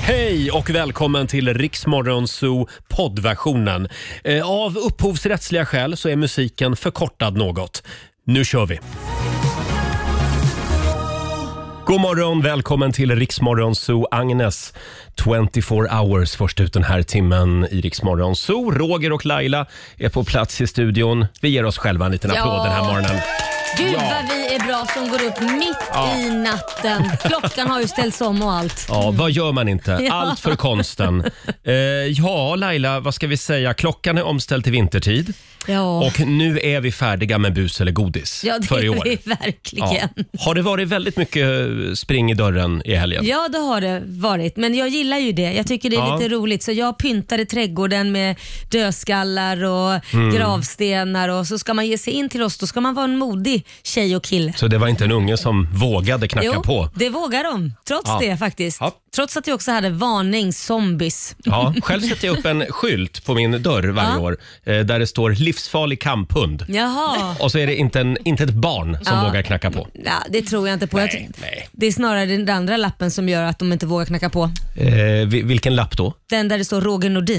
Hej och välkommen till Rix Morgon Zoo poddversionen. Av upphovsrättsliga skäl så är musiken förkortad något. Nu kör vi! God morgon, välkommen till Rix Morgon Zoo. Agnes, 24 hours först ut den här timmen i Rix Morgon Zoo. Roger och Laila är på plats i studion. Vi ger oss själva en liten applåd den här morgonen. Gud vad vi är bra som går upp mitt i natten. Klockan har ju ställts om och allt. Ja, vad gör man inte? Allt för konsten. Ja, Laila, vad ska vi säga? Klockan är omställd till vintertid. Ja. Och nu är vi färdiga med bus eller godis för i år. Ja, det är vi verkligen. Ja. Har det varit väldigt mycket spring i dörren i helgen? Ja, det har det varit. Men jag gillar ju det. Jag tycker det är lite roligt. Så jag pyntade trädgården med dödskallar och gravstenar. Och så ska man ge sig in till oss. Då ska man vara en modig tjej och kille. Så det var inte en unge som vågade knacka på? Det vågar de. Trots det faktiskt. Ja. Trots att jag också hade varning zombies. Ja, själv sätter jag upp en skylt på min dörr varje år där det står livsfarlig kamphund. Jaha. Och så är det inte ett barn som vågar knacka på. Ja, det tror jag inte på. Nej. Det är snarare den andra lappen som gör att de inte vågar knacka på. Vilken lapp då? Den där det står Roger Nordin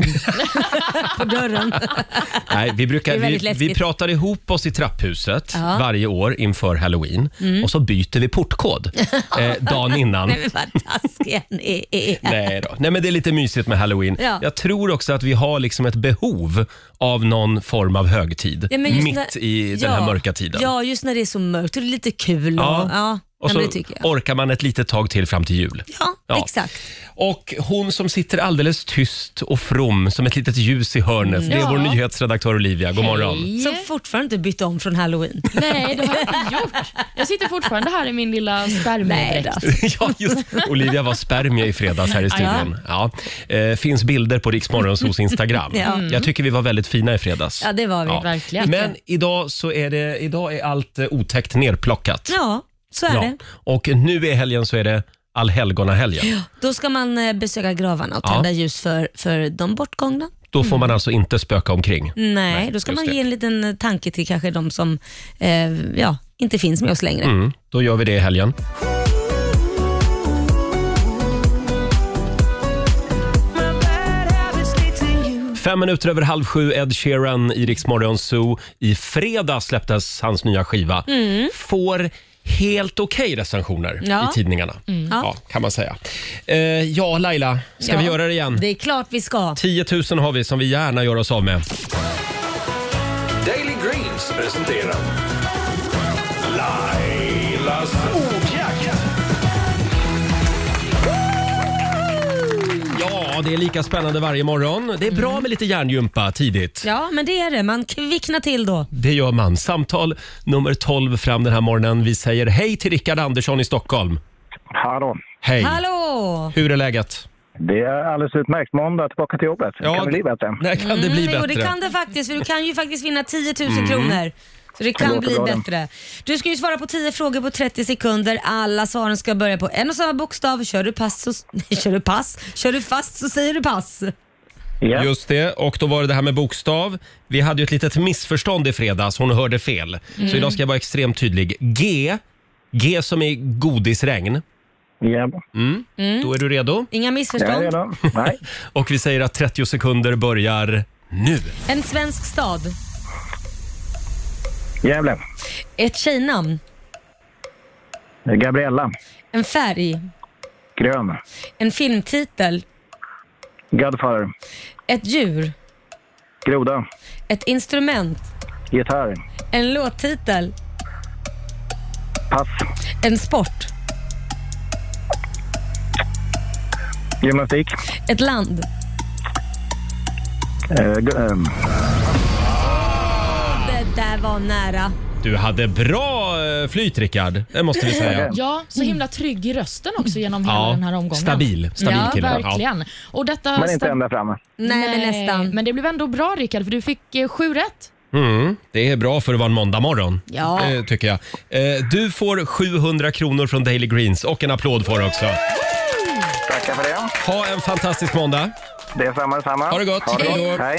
på dörren. Nej, vi pratar ihop oss i trapphuset varje år inför Halloween och så byter vi portkod dagen innan. Nej, men vad taskiga ni är. Nej, men det är lite mysigt med Halloween. Ja. Jag tror också att vi har liksom ett behov av någon form av högtid mitt i den här mörka tiden. Ja, just när det är så mörkt. Det är lite kul. Och så orkar man ett litet tag till fram till jul. Ja, exakt. Och hon som sitter alldeles tyst och from som ett litet ljus i hörnet, det är vår nyhetsredaktör Olivia. God morgon. Som fortfarande inte bytt om från Halloween. Nej, det har jag inte gjort. Jag sitter fortfarande här i min lilla spermiedräkt. Ja, just Olivia var spermie i fredags här i studion. Ja. Finns bilder på Rix Morgon Zoos Instagram. Jag tycker vi var väldigt fina i fredags. Ja, det var vi. Verkligen. Men idag är allt otäckt nerplockat. Ja, så är det. Och nu i helgen så är det Allhelgonahelgen. Ja, då ska man besöka gravarna och tända ljus för de bortgångna. Då får man alltså inte spöka omkring. Nej, då ska man ge en liten tanke till kanske de som inte finns med oss längre. Då gör vi det i helgen. Fem minuter över 6:30, Ed Sheeran i Rix Morgon Zoo. I fredag släpptes hans nya skiva. Får helt okej recensioner i tidningarna. Ja, kan man säga. Ja, Laila, ska vi göra det igen? Det är klart vi ska. 10 000 har vi som vi gärna gör oss av med. Daily Greens presenterar Lailas ordjakt. Ja, det är lika spännande varje morgon. Det är bra med lite hjärngympa tidigt. Ja, men det är det. Man kvicknar till då. Det gör man. Samtal nummer 12 fram den här morgonen. Vi säger hej till Rickard Andersson i Stockholm. Hallå. Hej. Hallå! Hur är läget? Det är alldeles utmärkt. Måndag tillbaka till jobbet. Ja, kan det bli bättre? Nej, kan det bli bättre? Jo, det kan det faktiskt. För du kan ju faktiskt vinna 10 000 kronor. Så det kan bli bättre. Du ska ju svara på 10 frågor på 30 sekunder. Alla svaren ska börja på en och samma bokstav. Kör du fast så säger du pass. Ja. Just det, och då var det här med bokstav. Vi hade ju ett litet missförstånd i fredags. Hon hörde fel. Så idag ska jag vara extremt tydlig. G som i godisregn. Ja. Då är du redo? Inga Jag är missförstånd. redo. Nej. Och vi säger att 30 sekunder börjar nu. En svensk stad. Gävle. Ett tjejnamn. Gabriella. En färg. Grön. En filmtitel. Godfather. Ett djur. Groda. Ett instrument. Gitarr. En låttitel. Pass. En sport. Gymnastik. Ett land. Det där var nära. Du hade bra flyt, Rickard. Det måste vi säga. Ja, så himla trygg i rösten också genom hela den här omgången. Stabil kille. Verkligen. Och detta Men inte ända framme. Nej, men nästan. Men det blev ändå bra, Rickard, för du fick 7 rätt. Det är bra för att vara en måndag morgon. Ja. Tycker jag. Du får 700 kronor från Daily Greens och en applåd för också. Tackar för det. Ha en fantastisk måndag. Det är samma. Ha det gott. Ha det Hej då. gott. Hej.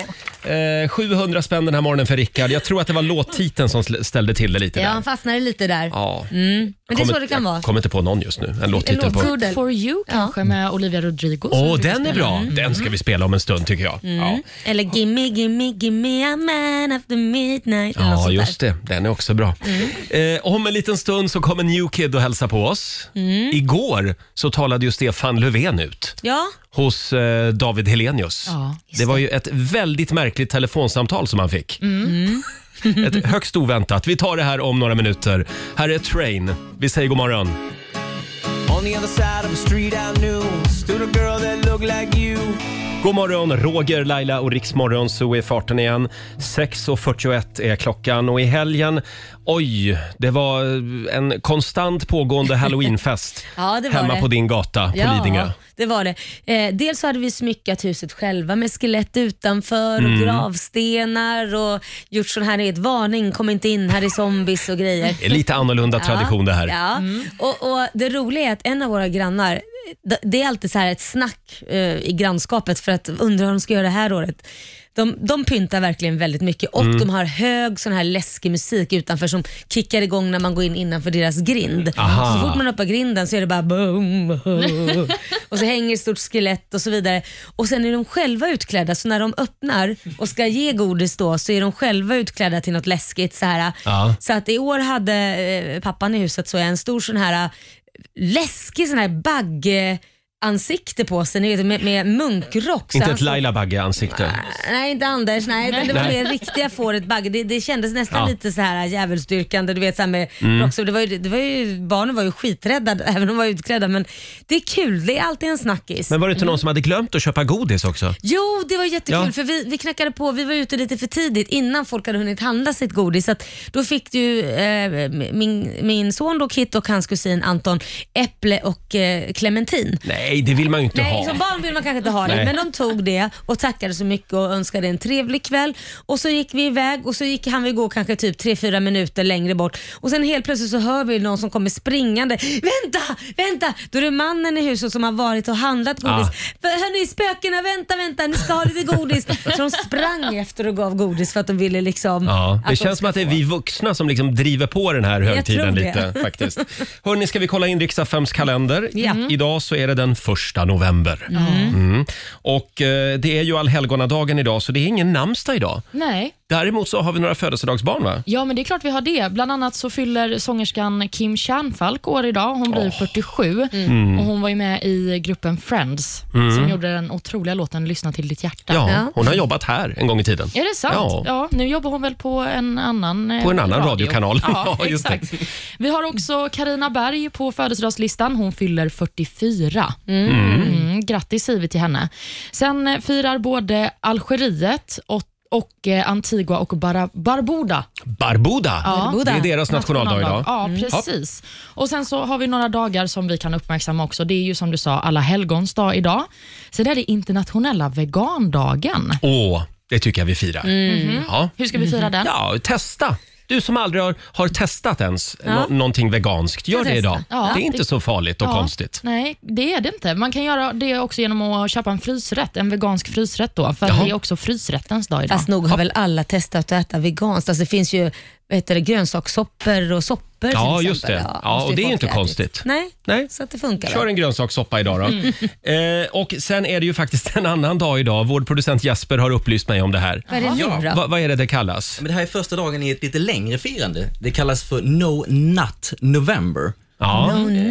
700 spänn den här morgonen för Rickard. Jag tror att det var låttiteln som ställde till det lite där. Ja, han fastnade lite där. Ja. Men det är så det kan vara. Jag kommer inte på någon just nu. En låttitel på... Good for you kanske med Olivia Rodrigo. Den är bra. Den ska vi spela om en stund tycker jag. Ja. Eller gimme a man after midnight. Ja, just det. Den är också bra. Om en liten stund så kommer New Kid och hälsa på oss. Igår så talade ju Stefan Löfven ut. Ja. Hos David Helenius. Ja, det var ju ett väldigt märkligt telefonsamtal som han fick. Ett högst oväntat. Vi tar det här om några minuter. Här är Train. Vi säger god morgon. On the other side of the street I knew stood a girl that looked like you. God morgon, Roger, Laila och Riksmorgon, så är farten igen. 6:41 är klockan och i helgen, det var en konstant pågående Halloweenfest hemma på din gata på Lidingö. Det var det. Dels så hade vi smyckat huset själva med skelett utanför och gravstenar och gjort sån här varning, kom inte in, här är zombies och grejer. Det är lite annorlunda tradition det här. Ja. Och det roliga är att en av våra grannar, det är alltid så här ett snack i grannskapet för att undra vad de ska göra det här året. De pyntar verkligen väldigt mycket och de har hög sån här läskig musik utanför som kickar igång när man går in innanför deras grind. Aha. Så fort man öppnar grinden så är det bara boom, och så hänger ett stort skelett och så vidare. Och sen är de själva utklädda, så när de öppnar och ska ge godis då så är de själva utklädda till något läskigt så här. Så att i år hade pappan i huset så är en stor sån här läskig sån här ansikte på sig, ni vet, med munkrock. Inte ett Laila Bagge-ansikte. Nej, inte Anders. Nej. Det var mer riktiga fåret Bagge. Det kändes nästan lite så här djävulsdyrkande. Du vet, så här med rock. Så det var ju, barnen var ju skiträdda även om de var utklädda. Men det är kul, det är alltid en snackis. Men var det inte någon som hade glömt att köpa godis också? Jo, det var jättekul för vi knackade på. Vi var ute lite för tidigt innan folk hade hunnit handla sitt godis. Så att då fick du min son då, Kit, och hans kusin Anton äpple och clementin. Nej, det vill man ju inte ha. Nej, som barn vill man kanske inte ha det. Men de tog det och tackade så mycket och önskade en trevlig kväll. Och så gick vi iväg och så han vi gå kanske typ 3-4 minuter längre bort. Och sen helt plötsligt så hör vi någon som kommer springande. Vänta! Då är det mannen i huset som har varit och handlat godis. Hörni, spökena, vänta, ni ska ha lite godis. Så de sprang efter och gav godis för att de ville liksom... Ja, det känns som att det är vi vuxna som liksom driver på den här högtiden lite faktiskt. Hörni, ska vi kolla in Rix FMs kalender? Idag så är det den 1 november. Och det är ju allhelgonadagen idag, så det är ingen namnsdag idag. Nej. Däremot så har vi några födelsedagsbarn, va? Ja, men det är klart vi har det. Bland annat så fyller sångerskan Kim Kärnfalk år idag. Hon blir 47 och hon var ju med i gruppen Friends som gjorde den otroliga låten Lyssna till ditt hjärta. Ja, hon har jobbat här en gång i tiden. Är det sant? Ja, nu jobbar hon väl på en annan radiokanal. Ja, exakt. Vi har också Carina Berg på födelsedagslistan. Hon fyller 44. Grattis säger vi till henne. Sen firar både Algeriet och Antigua och Barbuda. Barbuda? Det är deras nationaldag idag. Ja, precis. Och sen så har vi några dagar som vi kan uppmärksamma också. Det är ju som du sa alla helgons dag idag. Så det är det internationella vegandagen. Det tycker jag vi firar. Ja. Hur ska vi fira den? Ja, testa. Du som aldrig har testat ens någonting veganskt, gör det idag. Ja, det är inte så farligt och konstigt. Nej, det är det inte. Man kan göra det också genom att köpa en frysrätt, en vegansk frysrätt då, för det är också frysrättens dag idag. Fast nog har väl alla testat att äta veganskt. Alltså det finns ju grönsakssoppor och soppor. Ja, just det. Ja, och det är ju inte konstigt. Nej, så att det funkar. Kör en grönsakssoppa idag då. Och sen är det ju faktiskt en annan dag idag. Vår producent Jesper har upplyst mig om det här. Vad är det nu då? Vad är det kallas? Men det här är första dagen i ett lite längre firande. Det kallas för No Nut November. Ja.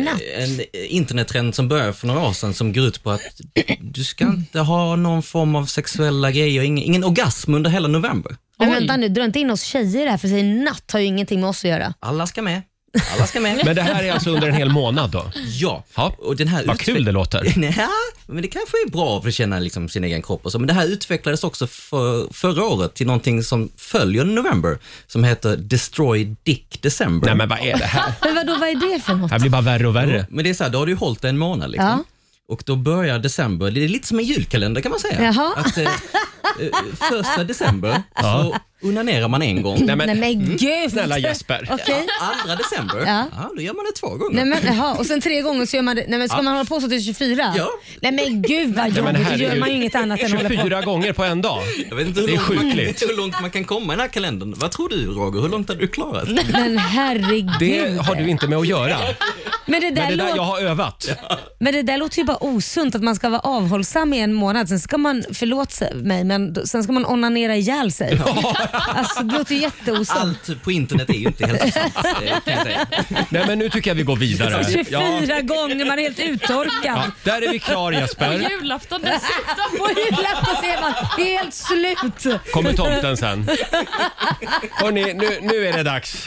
En internettrend som börjar för några år sedan som går ut på att du ska inte ha någon form av sexuella grejer, ingen orgasm under hela november. Men vänta nu, dra inte in oss tjejer här, för sig natt har ju ingenting med oss att göra. Alla ska med. Men det här är alltså under en hel månad då? Ja. Och den här vad kul det låter. Nej, men det kanske är bra för att känna liksom sin egen kropp och så. Men det här utvecklades också förra året till någonting som följer november, som heter Destroy Dick December. Nej, men vad är det här? Men vad är det för något? Det blir bara värre och värre. Men det är så här, då har du ju hållit en månad liksom. Ja. Och då börjar december, det är lite som en julkalender kan man säga. Jaha. Att 1 december så Onanerar man en gång. Nej men gud. Snälla Jesper. Okej. 2 december, då gör man det 2 gånger. Nej men jaha, och sen 3 gånger så gör man det. Nej men ska man hålla på så till 24? Ja. Nej men gud vad jobbigt, då gör man ju inget annat än att hålla på. 24 gånger på en dag. Jag vet inte hur långt man kan komma i den här kalendern. Vad tror du, Roger? Hur långt har du klarat? Men herregud. Det har du inte med att göra. Men det där jag har övat. Men det där låter ju bara osunt, att man ska vara avhållsam i en månad. Sen ska man, förlåt mig, men sen ska man onanera ihjäl sig. Alltså det låter jätteosunt. Allt på internet är ju inte hälsosamt, kan jag säga. Nej, men nu tycker jag vi går vidare. 24 gånger, man är helt uttorkad. Ja, där är vi klar, Jesper. På julafton dessutom. På julafton ser man helt slut. Kommer tomten sen. Hörrni, nu är det dags.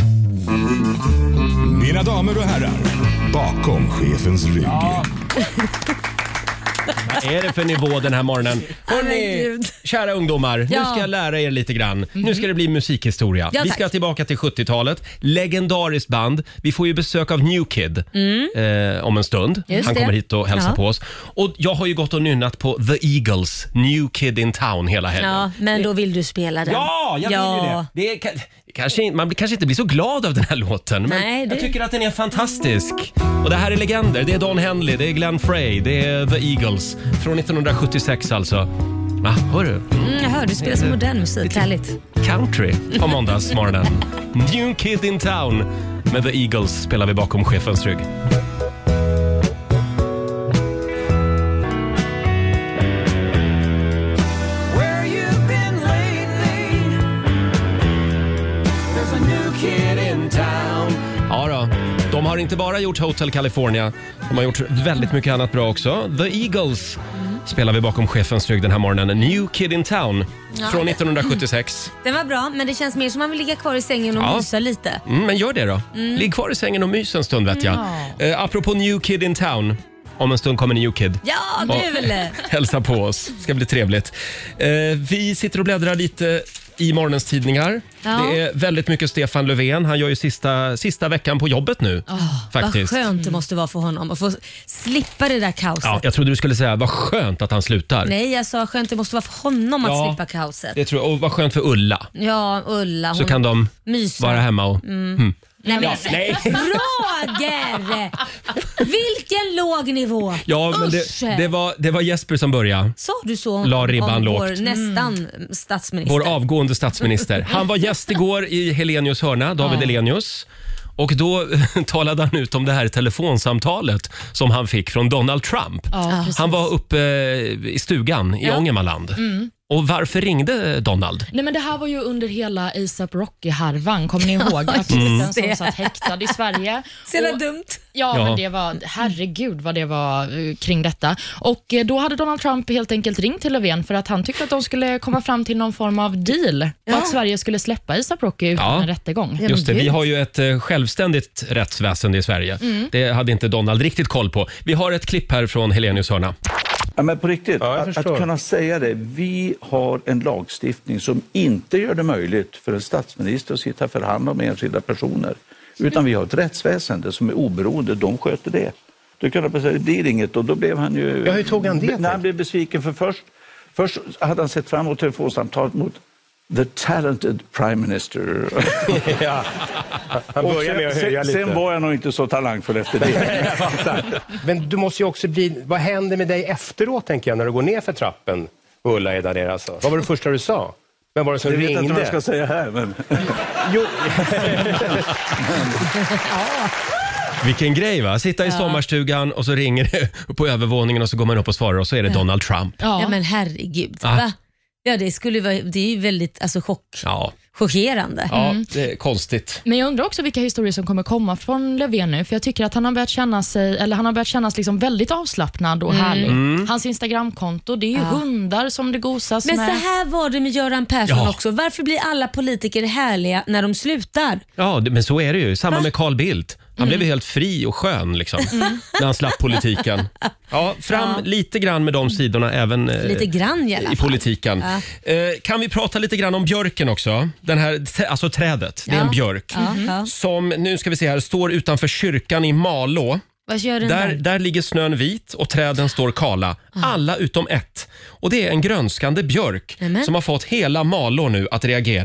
Mina damer och herrar, bakom chefens rygg. Vad är det för nivå den här morgonen? Hörrni, Herregud. kära ungdomar, nu ska jag lära er lite grann. Nu ska det bli musikhistoria. Ja, vi ska tack. tillbaka till 70-talet. Legendariskt band. Vi får ju besök av New Kid om en stund. Just Han det. kommer hit och hälsar på oss. Och jag har ju gått och nynnat på The Eagles, New Kid in Town hela helgen. Ja, men då vill du spela den. Ja, jag vill ju det. Det är, man kanske inte blir så glad av den här låten, men Nej, jag tycker att den är fantastisk. Och det här är legender. Det är Don Henley, det är Glenn Frey, det är The Eagles från 1976 alltså. Va, hör du? Jag hör, du spelar så modern musik, härligt. Country på måndagsmorgonen. New Kid in Town med The Eagles spelar vi bakom chefens rygg. Ja då. De har inte bara gjort Hotel California, de har gjort väldigt mycket annat bra också. The Eagles spelar vi bakom chefens rygg den här morgonen. New Kid in Town från 1976. Den var bra, men det känns mer som man vill ligga kvar i sängen och mysa lite. Men gör det då. Ligg kvar i sängen och mys en stund vet jag. Apropå New Kid in Town. Om en stund kommer New Kid. Ja, det är väl det. Hälsa på oss. Ska bli trevligt. Vi sitter och bläddrar lite i morgonens tidningar. Ja. Det är väldigt mycket Stefan Löfven. Han gör ju sista veckan på jobbet nu. Faktiskt. Vad skönt det måste vara för honom att få slippa det där kaoset. Ja, jag trodde du skulle säga vad skönt att han slutar. Nej, jag sa skönt det måste vara för honom att slippa kaoset. Det tror jag. Och vad skönt för Ulla. Ja, Ulla. Så kan de mysa. vara hemma och... Nej, men, nej. Roger! Vilken låg nivå! Ja, men det var Jesper som började. Sa du så La ribban om lågt. vår nästan statsminister? Vår avgående statsminister. Han var gäst igår i Helenius hörna, David Helenius. Och då talade han ut om det här telefonsamtalet som han fick från Donald Trump. Han var uppe i stugan i Ångermanland. Och varför ringde Donald? Nej, men det här var ju under hela A$AP Rocky-härvan. Kommer ni ihåg? Artisten som satt häktad i Sverige. Ser det dumt? Ja, men det var, herregud vad det var kring detta. Och då hade Donald Trump helt enkelt ringt till Löfven för att han tyckte att de skulle komma fram till någon form av deal. Och att Sverige skulle släppa A$AP Rocky utan en rättegång. Just det, vi har ju ett självständigt rättsväsende i Sverige. Det hade inte Donald riktigt koll på. Vi har ett klipp här från Helenius hörna. Ja, men på riktigt, att kunna säga det. Vi har en lagstiftning som inte gör det möjligt för en statsminister att sitta och förhandla med enskilda personer. Utan vi har ett rättsväsende som är oberoende, de sköter det. Då kunde man säga, det är inget, och då blev han ju... Ja, hur tog han det? När han blev besviken för först hade han sett fram emot telefonsamtalet mot the talented prime minister. Ja. Han börjar med att höja lite. Sen var jag nog inte så talangfull efter det. Men du måste ju också bli... Vad händer med dig efteråt, tänker jag, när du går ner för trappen? Ulla är där nere alltså. Vad var det första du sa? Vem var det som ringde? Jag vet inte vad jag ska säga här, men... Jo. Vilken grej va? Sitta i sommarstugan och så ringer det på övervåningen och så går man upp och svarar och så är det Donald Trump. Ja, men herregud. Va? Ja, det är ju väldigt chockerande. Ja, det är konstigt. Men jag undrar också vilka historier som kommer komma från Löfven nu, för jag tycker att han har börjat kännas liksom väldigt avslappnad och härlig. Hans Instagramkonto, det är ju hundar som det gosas med. Men så här var det med Göran Persson också. Varför blir alla politiker härliga när de slutar? Ja, men så är det ju. Samma med Carl Bildt. Han blev ju helt fri och skön liksom, när han slapp politiken. Ja, lite grann med de sidorna även lite grann i politiken. Kan vi prata lite grann om björken också? Den här, alltså trädet, det är en björk. Som, nu ska vi se här, står utanför kyrkan i Malå. Vad gör den där ligger snön vit och träden står kala. Alla utom ett. Och det är en grönskande björk som har fått hela Malå nu att reagera.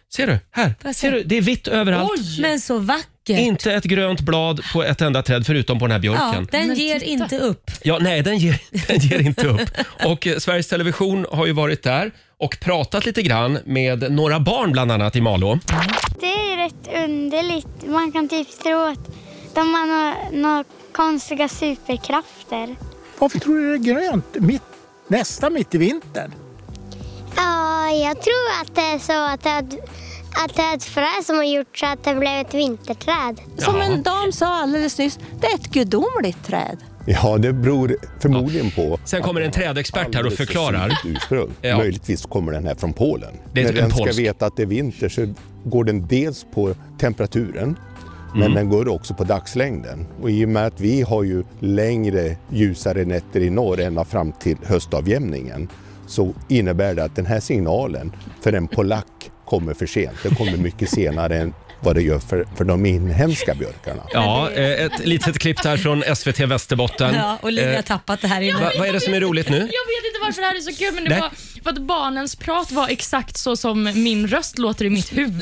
Ser du? Här. Ser du? Det är vitt överallt. Oj. Men så vackert. Inte ett grönt blad på ett enda träd förutom på den här björken. Ja, den ger inte upp. Ja, nej, den ger inte upp. Och Sveriges Television har ju varit där och pratat lite grann med några barn bland annat i Malå. Det är rätt underligt. Man kan typ tro att de har några konstiga superkrafter. Varför tror du det är grönt nästan mitt i vintern? Ja, jag tror att det är så att det är ett frö som har gjort så att det blev ett vinterträd. Som en dam sa alldeles nyss, det är ett gudomligt träd. Ja, det beror förmodligen på... Sen kommer en trädexpert här och förklarar. Ja. Möjligtvis kommer den här från Polen. När den ska veta att det är vinter så går den dels på temperaturen, men den går också på dagslängden. Och i och med att vi har ju längre ljusare nätter i norr ända fram till höstavjämningen, så innebär det att den här signalen för en polack kommer för sent. Den kommer mycket senare än vad det gör för de inhemska björkarna. Ja, ett litet klipp där från SVT Västerbotten. Ja, och Olivia har tappat det här inne. Vad är det som är roligt nu? Jag vet inte varför det här är så kul, men det var för att barnens prat var exakt så som min röst låter i mitt huvud.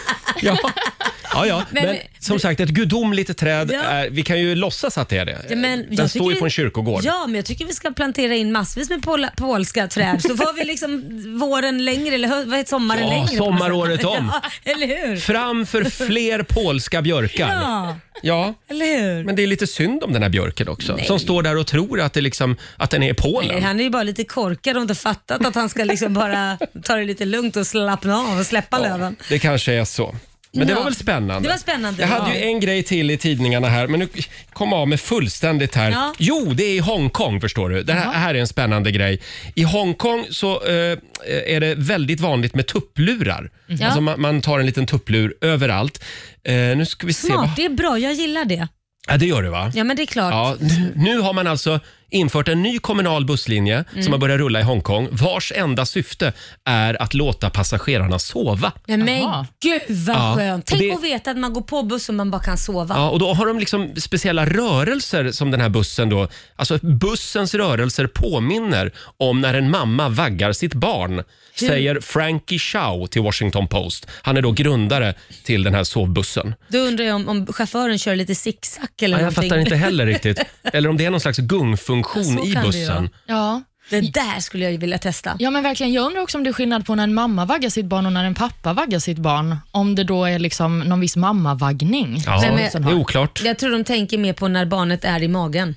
Ja. Men som sagt, ett gudomligt träd, vi kan ju låssas att det är det. Ja, den står ju på en kyrkogård. Ja, men jag tycker vi ska plantera in massvis med polska träd. Så får vi liksom våren längre, eller sommaren längre. Ja, sommaråret om. Ja, eller hur? Fram för fler polska björkar. Ja, eller hur? Men det är lite synd om den här björken också. Nej. Som står där och tror att, att den är i Polen. Nej, han är ju bara lite korkad och inte fattat att han ska liksom bara ta det lite lugnt och slappna av och släppa löven. Det kanske är så. Men det var väl spännande. Det var spännande. Jag hade ju en grej till i tidningarna här, men nu kom av med fullständigt här. Ja. Jo, det är i Hongkong, förstår du. Det här är en spännande grej. I Hongkong så är det väldigt vanligt med tupplurar. Alltså man tar en liten tupplur överallt. Nu ska vi se. Smart, det är bra. Jag gillar det. Ja, det gör du, va? Ja, men det är klart. Ja, nu har man alltså infört en ny kommunal busslinje som har börjat rulla i Hongkong, vars enda syfte är att låta passagerarna sova. Men gud vad skönt. Tänk att veta att man går på bussen och man bara kan sova. Ja, och då har de liksom speciella rörelser som den här bussen då, alltså bussens rörelser påminner om när en mamma vaggar sitt barn. Säger Frankie Chow till Washington Post. Han är då grundare till den här sovbussen. Då undrar jag om chauffören kör lite zigzag eller någonting. Jag fattar inte heller riktigt. Eller om det är någon slags gungfunktion i bussen. Ja. Det där skulle jag vilja testa. Ja, men verkligen. Jag undrar också om det är skillnad på när en mamma vaggar sitt barn och när en pappa vaggar sitt barn. Om det då är liksom någon viss mammavaggning. Ja, det är oklart. Jag tror de tänker mer på när barnet är i magen.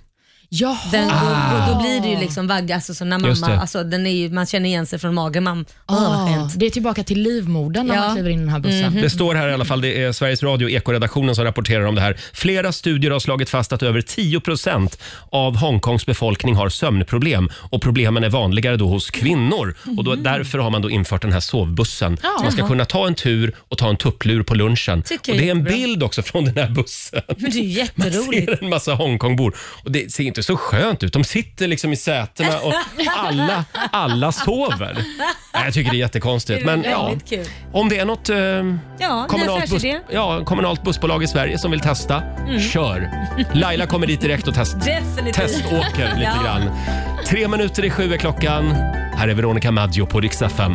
Då blir det ju liksom vagga, alltså, så när mamma, alltså, den är ju, man känner igen sig från magen. Det är tillbaka till livmodern när man kliver in i den här bussen. Det står här i alla fall, det är Sveriges Radio och Ekoredaktionen som rapporterar om det här. Flera studier har slagit fast att över 10% av Hongkongs befolkning har sömnproblem, och problemen är vanligare då hos kvinnor. Och då, därför har man då infört den här sovbussen. Så man ska kunna ta en tur och ta en tupplur på lunchen. Och det är en bild också från den här bussen. Men det är jätteroligt. Man ser en massa Hongkongbor och det ser inte så skönt ut. De sitter liksom i sätena och alla sover. Jag tycker det är jättekonstigt. Men kul. Om det är något kommunalt bussbolag i Sverige som vill testa, kör. Laila kommer dit direkt och teståker lite grann. 6:03 är klockan. Här är Veronica Maggio på Rix FM.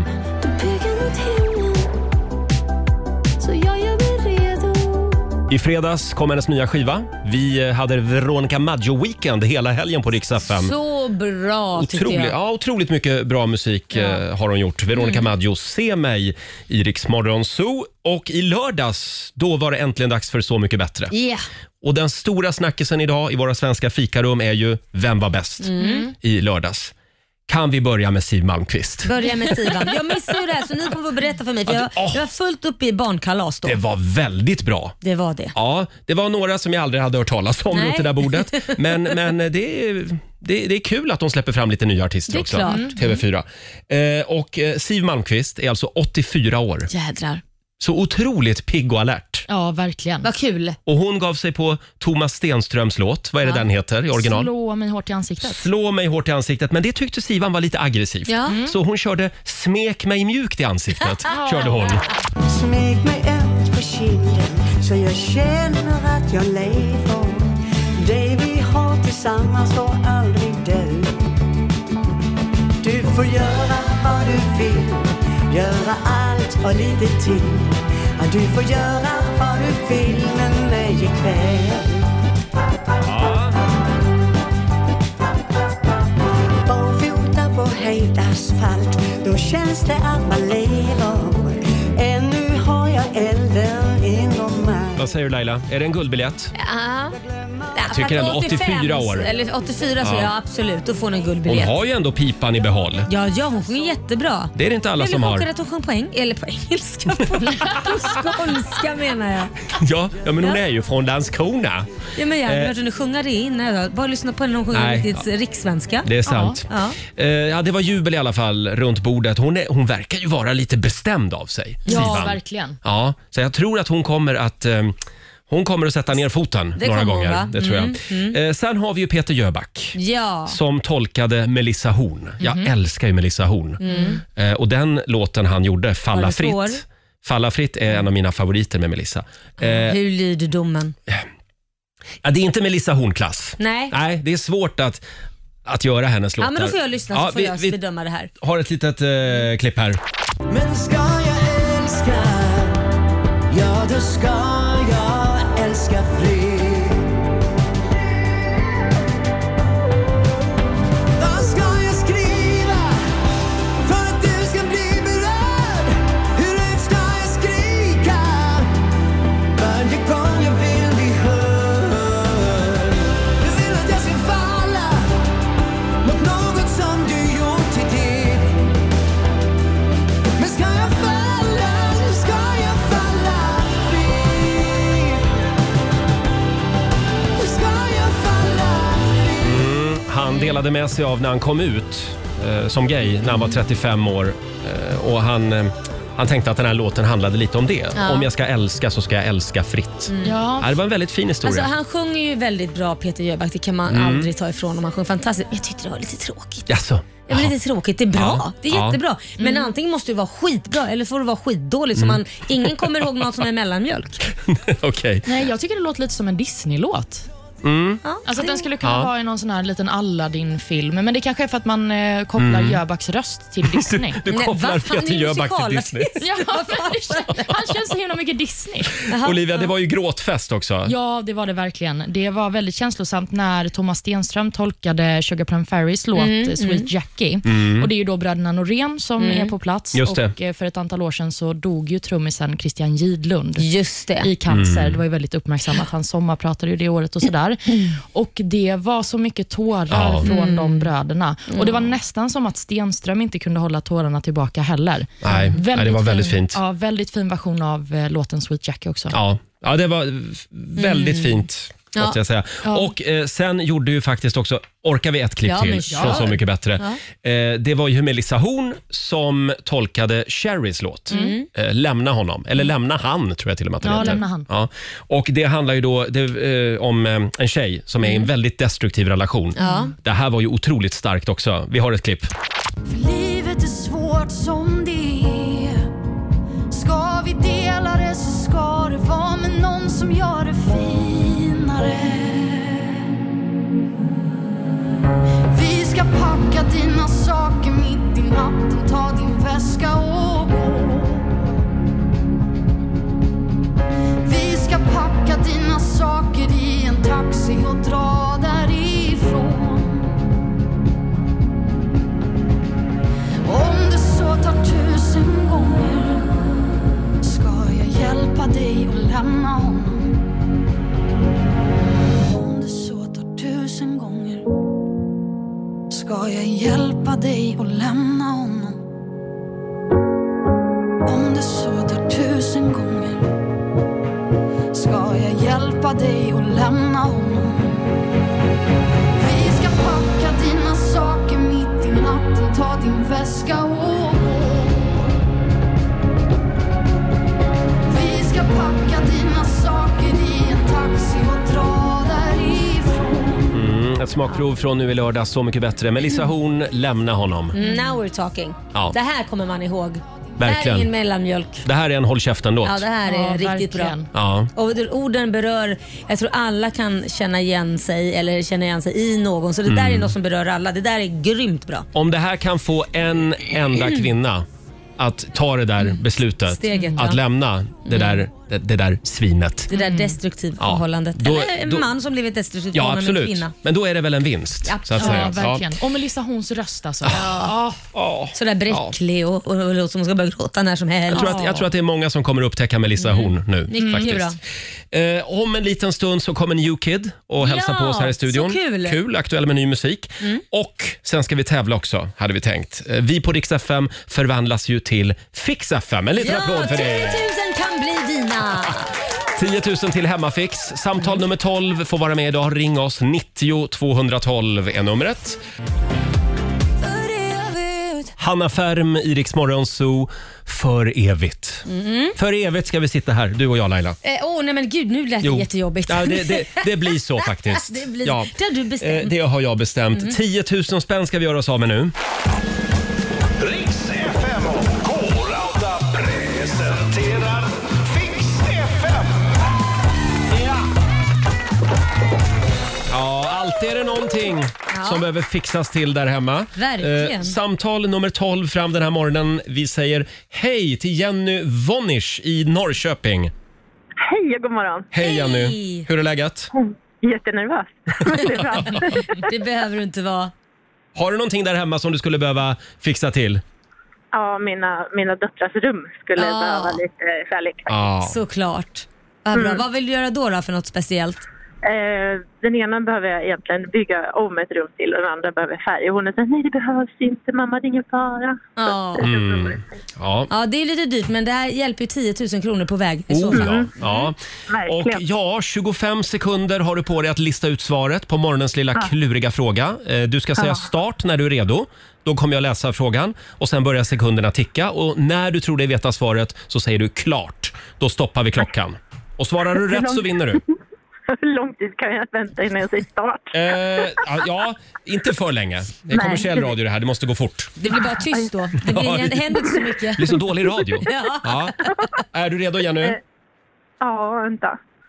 I fredags kom hennes nya skiva. Vi hade Veronica Maggio Weekend hela helgen på Rix FM. Så bra, tycker jag. Ja, otroligt mycket bra musik har hon gjort. Veronica Maggio, Se mig i Rix Morgon Zoo. Och i lördags, då var det äntligen dags för Så mycket bättre. Yeah. Och den stora snackisen idag i våra svenska fikarum är ju Vem var bäst i lördags? Kan vi börja med Siw Malmkvist? Börja med Sivan. Jag missade ju det här, så ni kommer att berätta för mig. För jag var fullt uppe i barnkalas då. Det var väldigt bra. Det var det. Ja, det var några som jag aldrig hade hört talas om runt det där bordet. Men det är kul att de släpper fram lite nya artister också. TV4. Och Siw Malmkvist är alltså 84 år. Jädrar. Så otroligt pigg och alert. Ja, verkligen. Vad kul. Och hon gav sig på Thomas Stenströms låt. Vad är det den heter i original? Slå mig hårt i ansiktet. Slå mig hårt i ansiktet. Men det tyckte Sivan var lite aggressivt. Så hon körde Smek mig mjukt i ansiktet. Körde hon. Smek mig ömt på kinden så jag känner att jag lever. Det vi har tillsammans får aldrig dö. Du får göra vad du vill. Göra allt och lite till. Och du får göra vad du vill med mig ikväll. Barfota på het asfalt, då känns det att man lever. Ännu har jag elden inom mig. Vad säger du Laila? Är det en guldbiljett? Ja. Jag tycker ändå 84 år. Eller 84 så ja, absolut. Då får hon en guldbiljett. Hon har ju ändå pipan i behåll. Ja, hon sjunger jättebra. Det är det inte alla som har. Jag att hon sjunger på engelska. På skånska menar jag. Ja, men hon är ju från Landskrona. Ja, men jag har hört henne sjunga det innan. Bara lyssna på henne när hon sjunger riktigt rikssvenska. Det är sant. Ja, det var jubel i alla fall runt bordet. Hon verkar ju vara lite bestämd av sig. Ja, verkligen. Ja, så jag tror att hon kommer att sätta ner foten några gånger. Det tror jag. Sen har vi ju Peter Jöback som tolkade Melissa Horn. Jag älskar ju Melissa Horn. Och den låten han gjorde, Falla fritt. Falla fritt är en av mina favoriter med Melissa. Hur lyder domen? Ja, det är inte Melissa Horn-klass. Nej, det är svårt att göra hennes låtar. Ja, men då får jag lyssna så får jag bedöma det här. Har ett litet klipp här. Men ska jag älska, ja då ska jag älska fritt. Vad ska jag skriva för att du ska bli berörd? Hur högt ska jag skrika varje gång jag vill bli hörd? Du vill att jag ska falla mot något som du gjort till ditt. Men ska jag falla, ska jag falla fritt? Ska jag falla fritt? Han delade med sig av när han kom ut som gay när han var 35 år. Och han tänkte att den här låten handlade lite om det. Om jag ska älska så ska jag älska fritt. Det var en väldigt fin historia. Alltså, han sjunger ju väldigt bra, Peter Jöback. Det kan man aldrig ta ifrån om han sjunger fantastiskt. Jag tyckte det var lite tråkigt. Jaså? Det är lite tråkigt, det är bra. Det är jättebra. Men antingen måste det vara skitbra eller får det vara skitdåligt så ingen kommer ihåg något som är mellanmjölk. Okej. Nej, jag tycker det låter lite som en Disney-låt. Alltså den skulle kunna vara i någon sån här liten Aladdin-film. Men det kanske är för att man kopplar Jöbacks röst till Disney. Du kopplar Peter Jöback till Disney. Han känns så himla mycket Disney. Olivia, det var ju gråtfest också. Ja, det var det verkligen. Det var väldigt känslosamt när Thomas Stenström tolkade Sugar Plum Fairies låt Sweet Jackie. Och det är ju då bröderna Norén som är på plats. Just det. Och för ett antal år sedan så dog ju trummisen Christian Gidlund i cancer. Det var ju väldigt uppmärksammat. Han sommarpratade ju det året och sådär. Och det var så mycket tårar från de bröderna. Och det var nästan som att Stenström inte kunde hålla tårarna tillbaka heller. Nej, det var väldigt fint. Ja, väldigt fin version av låten Sweet Jackie också. Ja, det var väldigt fint. Måste jag säga. Och sen gjorde ju faktiskt också, orkar vi ett klipp till från Så mycket bättre. Det var ju Melissa Horn som tolkade Cherrys låt. Lämna honom, eller lämna han tror jag till och med att det heter. Lämna han. Ja. Och det handlar ju då om en tjej som är i en väldigt destruktiv relation. Det här var ju otroligt starkt också. Vi har ett klipp. För livet är svårt som det är. Ska vi dela det så ska det vara med någon som gör det finare. Vi ska packa dina saker mitt i natten. Ta din väska och gå. Vi ska packa dina saker i en taxi och dra därifrån. Om det så tar 1000 gånger ska jag hjälpa dig att lämna honom. Om det så tar 1000 gånger ska jag hjälpa dig att lämna honom. Om det så tar 1000 gånger ska jag hjälpa dig att lämna honom. Vi ska packa dina saker mitt i natten. Ta din väska och gå. Vi ska packa dina saker i en taxi och dra därifrån. Ett smakprov från Nu i lördag, Så mycket bättre. Melissa Horn, lämna honom. Now we're talking. Det här kommer man ihåg. Verkligen. Det här är ingen mellanmjölk. Det här är en håll käften-låt. Ja, det här är riktigt verkligen bra. Ja. Och orden berör, jag tror alla kan känna igen sig eller känna igen sig i någon. Så det där är något som berör alla. Det där är grymt bra. Om det här kan få en enda kvinna att ta det där beslutet. Steget, att lämna det där svinet. Det där destruktiva förhållandet. Eller en man som blivit destruktivt förhållande med en kvinna. Men då är det väl en vinst, så att säga. Verkligen. Och Melissa Horns röst alltså. Så där bräcklig och som ska börja gråta när som helst. Jag tror att det är många som kommer upptäcka Melissa Horn nu. Faktiskt. Om en liten stund så kommer New Kid och hälsa på oss här i studion. Så kul. Aktuell med ny musik. Och sen ska vi tävla också, hade vi tänkt. Vi på Rix FM förvandlas ju till Fix FM. En liten applåd för det. 10 000 kan bli dina. 10 000 till Hemmafix. Samtal nummer 12 får vara med idag. Ring oss. 90 212 är numret. Hanna Färm i Rix Morgon Zoo. För evigt. För evigt ska vi sitta här, du och jag, Laila. Nej men gud, nu lät det jättejobbigt. Ja, det blir så faktiskt. Det har du bestämt. Det har jag bestämt. 10 000 spänn ska vi göra oss av med nu. Rix FM och K-Rauta presenterar Fix FM. Ja, alltid är det någonting som behöver fixas till där hemma. Verkligen. Samtal nummer 12 fram den här morgonen. Vi säger hej till Jenny Vonnisch i Norrköping. Hej och god morgon. Hej Jenny. Hur är läget? Jättenervös. Det behöver du inte vara. Har du någonting där hemma som du skulle behöva fixa till? Ja, mina döttrars rum skulle behöva lite kärlek. Såklart. Bra. Vad vill du göra då för något speciellt? Den ena behöver jag egentligen bygga om ett rum till och den andra behöver färg. Och hon säger, nej det behövs inte mamma, det är ingen fara. Ja, det är lite dyrt men det här hjälper ju 10 000 kronor på väg i så fall. Och 25 sekunder har du på dig att lista ut svaret på morgonens lilla kluriga fråga. Du ska säga start när du är redo. Då kommer jag läsa frågan och sen börjar sekunderna ticka. Och när du tror dig veta svaret så säger du klart. Då stoppar vi klockan. Och svarar du rätt så vinner du. Hur lång tid kan jag vänta innan jag säger start? Inte för länge. Det är kommersiell radio det här, det måste gå fort. Det blir bara tyst då. Det händer inte så mycket. Det blir så dålig radio. Ja. Är du redo, Jenny? Ja, vänta.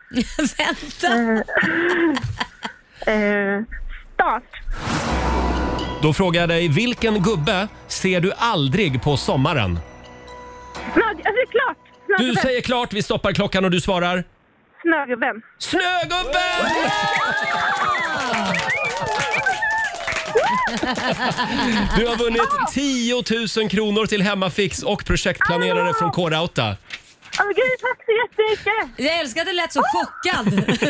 Start. Då frågar jag dig, vilken gubbe ser du aldrig på sommaren? Klart. Du säger klart, vi stoppar klockan och du svarar? Snögubben. Snögubben! Du har vunnit 10 000 kronor till Hemmafix och projektplanerare från K-Rauta. Gud, tack så jättemycket. Jag älskar att det lät så chockad.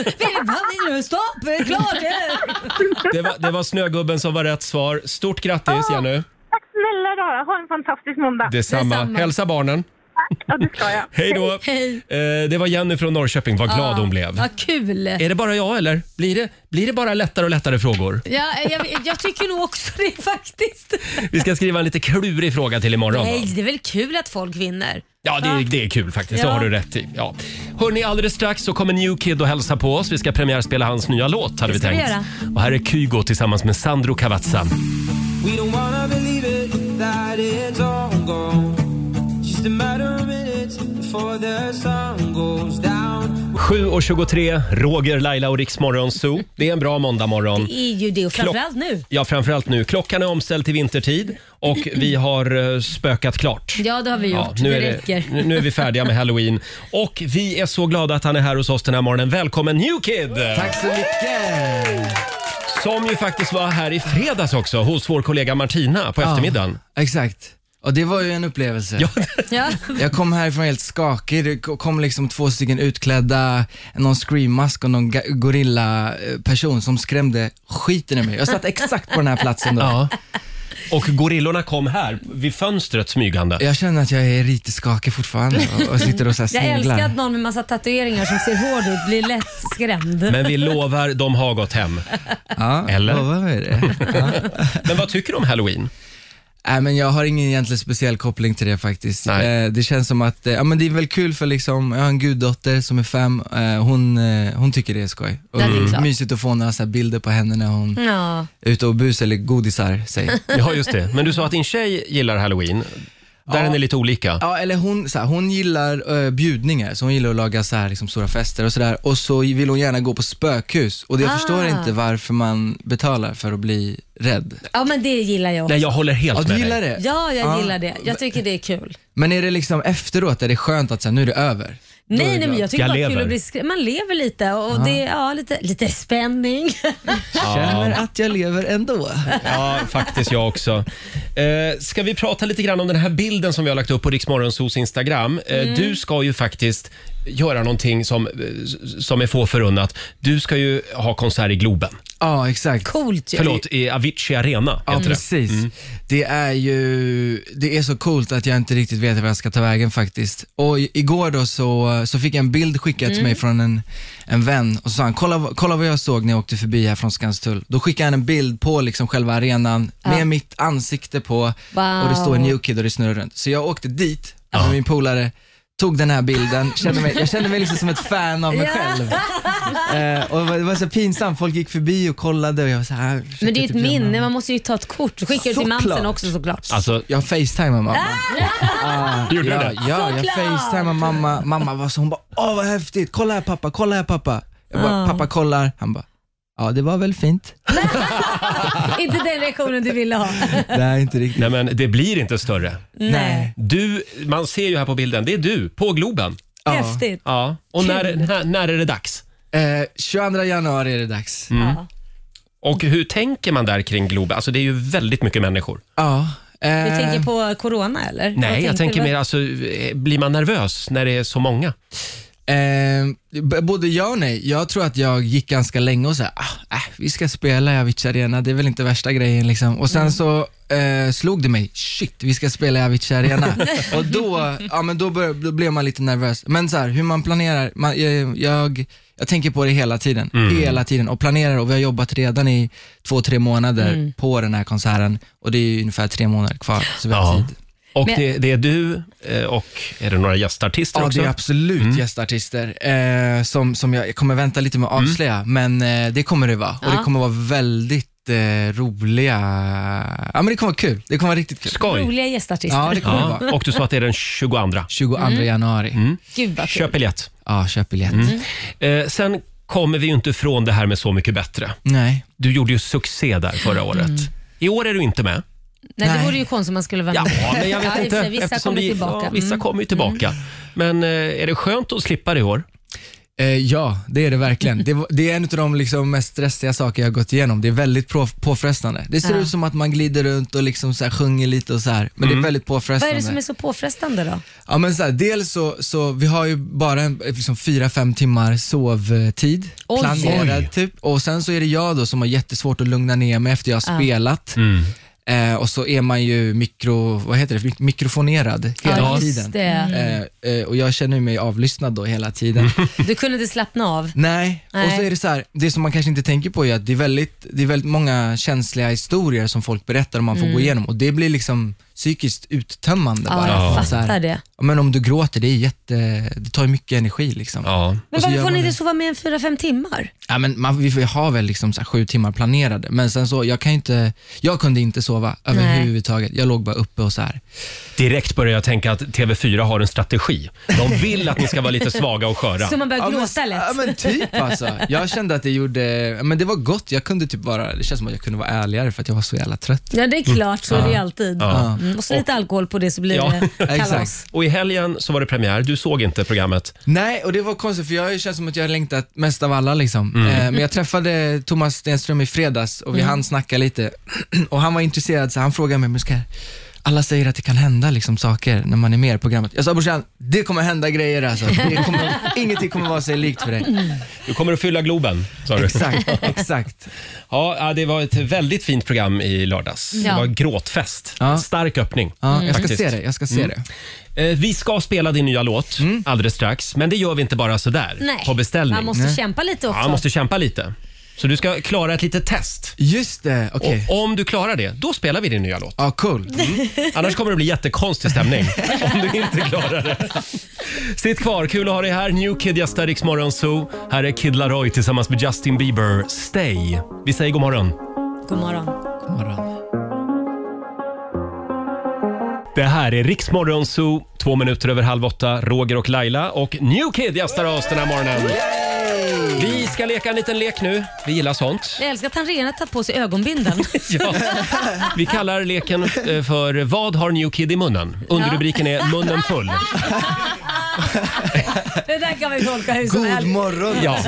Stopp, klart. Det var Snögubben som var rätt svar. Stort grattis, Jenny. Tack snälla Rara, ha en fantastisk måndag. Detsamma. Hälsa barnen. Ja, det ska jag. Hej då. Det var Jenny från Norrköping. Vad glad hon blev. Vad kul. Är det bara jag eller? Blir det bara lättare och lättare frågor? Ja, jag tycker nog också det faktiskt. Vi ska skriva en lite klurig fråga till imorgon. Nej, det är väl kul att folk vinner. Ja, det är kul faktiskt. Så har du rätt i. Ja. Hörrni, alldeles strax så kommer New Kid och hälsa på oss. Vi ska premiärspela hans nya låt, hade vi tänkt. Och här är Kygo tillsammans med Sandro Cavazza. We don't wanna believe it, that it's all gone. Just a matter of minutes before the sun goes down. 7:23, Roger, Laila och Rix Morgon Zoo. Det är en bra måndagmorgon. Det är ju det, och framförallt nu. Ja, framförallt nu. Klockan är omställd till vintertid och vi har spökat klart. Ja, det har vi gjort. Ja, nu är vi färdiga med Halloween. Och vi är så glada att han är här hos oss den här morgonen. Välkommen New Kid! Tack så mycket! Som ju faktiskt var här i fredags också hos vår kollega Martina på eftermiddagen. Exakt. Och det var ju en upplevelse. Ja. Jag kom härifrån helt skakig. Det kom liksom 2 stycken utklädda, någon screammask och någon gorilla-person som skrämde skiten i mig. Jag satt exakt på den här platsen då. Ja. Och gorillorna kom här vid fönstret smygande. Jag känner att jag är lite skakig fortfarande och sitter och så här sneglar. Jag älskar att någon med massa tatueringar som ser hård ut blir lätt skrämd. Men vi lovar, de har gått hem. Ja, eller? Lovar vi det? Ja. Men vad tycker du om Halloween? Men jag har ingen egentligen speciell koppling till det faktiskt. Det känns som att men det är väl kul för liksom, jag har en guddotter som är 5. Hon tycker det är skoj. Och det är mysigt att få några så här bilder på henne när hon är ute och busar eller godisar sig. Ja, just det. Men du sa att din tjej gillar Halloween. Där är ni lite olika. Ja, eller hon gillar bjudningar, så hon gillar att laga så här, liksom, stora fester och sådär. Och så vill hon gärna gå på spökhus. Och jag förstår inte varför man betalar för att bli rädd. Ja, men det gillar jag också. Nej, jag håller helt med du gillar dig. det? Ja, jag gillar det. Jag tycker det är kul. Men är det liksom efteråt, är det skönt att säga nu är det över? Nej, men jag tycker bara kul att bli man lever lite och det är lite spänning. Känner att jag lever ändå. Ja, faktiskt jag också. Ska vi prata lite grann om den här bilden som vi har lagt upp på Rix Morgonzos Instagram. Du ska ju faktiskt göra någonting som är få förunnat. Du ska ju ha konsert i Globen. Ja, exakt. Coolt ju. Förlåt, i Avicii Arena. Ja, precis. Det är så coolt att jag inte riktigt vet vad jag ska ta vägen faktiskt. Och igår då så fick jag en bild skickad till mig från en vän och så sa han, kolla vad jag såg när jag åkte förbi här från Skanstull. Då skickade han en bild på liksom själva arenan med mitt ansikte på och det står en New Kid och det snurrar runt. Så jag åkte dit med min polare, tog den här bilden, jag kände mig liksom som ett fan av mig själv. Och det var så pinsamt, folk gick förbi och kollade och jag var så här. Men det är ett minne, man måste ju ta ett kort. Skickar du till mamsen också såklart. Alltså, jag facetimade mamma. Gjorde du det? Ja, jag facetimade mamma. Mamma var så, hon bara, vad häftigt, kolla här pappa. Jag bara, pappa kollar, han bara, ja, det var väl fint. Inte den reaktionen du ville ha. Nej, inte riktigt. Nej, men det blir inte större. Nej. Man ser ju här på bilden, det är du på Globen. Häftigt. Ja. Och när är det dags? 22 januari är det dags. Och hur tänker man där kring Globen? Alltså det är ju väldigt mycket människor. Ja. Du tänker på corona eller? Nej, jag tänker mer alltså, blir man nervös när det är så många? Både ja och nej. Jag tror att jag gick ganska länge och så vi ska spela i Avicii Arena, det är väl inte värsta grejen liksom. Och sen så slog det mig, shit, vi ska spela i Avicii Arena. Och då blev man lite nervös. Men så här, hur man planerar, jag tänker på det hela tiden och planerar, och vi har jobbat redan i 2-3 månader på den här konserten, och det är ju ungefär 3 månader kvar, så vi har tid. Och det är du och är det några gästartister också? Ja, det är absolut gästartister som jag kommer vänta lite med att avslöja, men det kommer det vara. Och det kommer vara väldigt roliga. Ja, men det kommer vara kul. Det kommer vara riktigt kul. Skoj. Roliga gästartister. Ja, det kommer det vara. Och du sa att det är den 22 januari. Gud vad kul. Köp biljett. Ja, köp biljett. Sen kommer vi ju inte ifrån det här med Så mycket bättre. Nej. Du gjorde ju succé där förra året. I år är du inte med. Nej, det vore ju konstigt om man skulle vara med. Ja, men jag vet inte. Vissa kommer tillbaka. Vissa kommer ju tillbaka. Men är det skönt att slippa det i år? Ja, det är det verkligen. Det är en av de liksom mest stressiga saker jag har gått igenom. Det är väldigt påfrestande. Det ser ut som att man glider runt och liksom så här sjunger lite och så här. Men det är väldigt påfrestande. Vad är det som är så påfrestande då? Ja, men så här, dels så vi har ju bara liksom 4-5 timmar sovtid planerad typ. Och sen så är det jag då som har jättesvårt att lugna ner mig efter jag har spelat. Och så är man ju mikrofonerad hela tiden. Och jag känner mig avlyssnad då hela tiden. Du kunde inte slappna av? Nej. Och så är det så här, det som man kanske inte tänker på är att det är väldigt många känsliga historier som folk berättar och man får gå igenom. Och det blir liksom psykiskt uttömmande bara. Jag fattar det. Men om du gråter, det tar ju mycket energi liksom. Men varför får ni inte sova mer än 4-5 timmar? Ja, men vi har väl liksom så här 7 timmar planerade. Men sen så, jag kunde inte sova överhuvudtaget. Jag låg bara uppe och så här. Direkt börjar jag tänka att TV4 har en strategi. De vill att ni ska vara lite svaga och sköra. Så man börjar gråta lätt. Ja, men typ alltså. Jag kände att det var gott. Jag kunde typ det känns som att jag kunde vara ärligare för att jag var så jävla trött. Ja, det är klart. Så är det alltid. Och så lite alkohol på det så blir det kalas. Och i helgen så var det premiär. Du såg inte programmet. Nej, och det var konstigt för jag känns som att jag har längtat mest av alla liksom. Men jag träffade Thomas Stenström i fredags och vi hann snacka lite. Och han var intresserad så han frågade mig, men alla säger att det kan hända liksom saker när man är med i programmet. Jag sa, brorsan, det kommer hända grejer alltså. Ingenting kommer vara sig likt för dig. Du kommer att fylla Globen, sa du. Exakt. Ja, det var ett väldigt fint program i lördags. Det var gråtfest. Stark öppning. Ja, jag ska se det. Vi ska spela din nya låt alldeles strax. Men det gör vi inte bara sådär på beställning. Man måste kämpa lite också. Ja, man måste kämpa lite. Så du ska klara ett litet test. Just det, okej. Och om du klarar det, då spelar vi din nya låt. Ja, cool. Annars kommer det bli jättekonstig stämning om du inte klarar det. Sitt kvar, kul att ha dig här. New Kid gästar Rix Morgonzoo. Här är Kid Laroi tillsammans med Justin Bieber. Stay. Vi säger god morgon. God morgon. God morgon. Det här är Riksmorgon Zoo, 2 minuter över 7:30. Roger och Laila och New Kid gästar oss den här morgonen. Vi ska leka en liten lek nu. Vi gillar sånt. Jag älskar att han redan tar på sig ögonbindeln. Ja. Vi kallar leken för Vad har New Kid i munnen? Underrubriken är Munnen full. Det där kan vi tolka hur som helst. God morgon. Ja.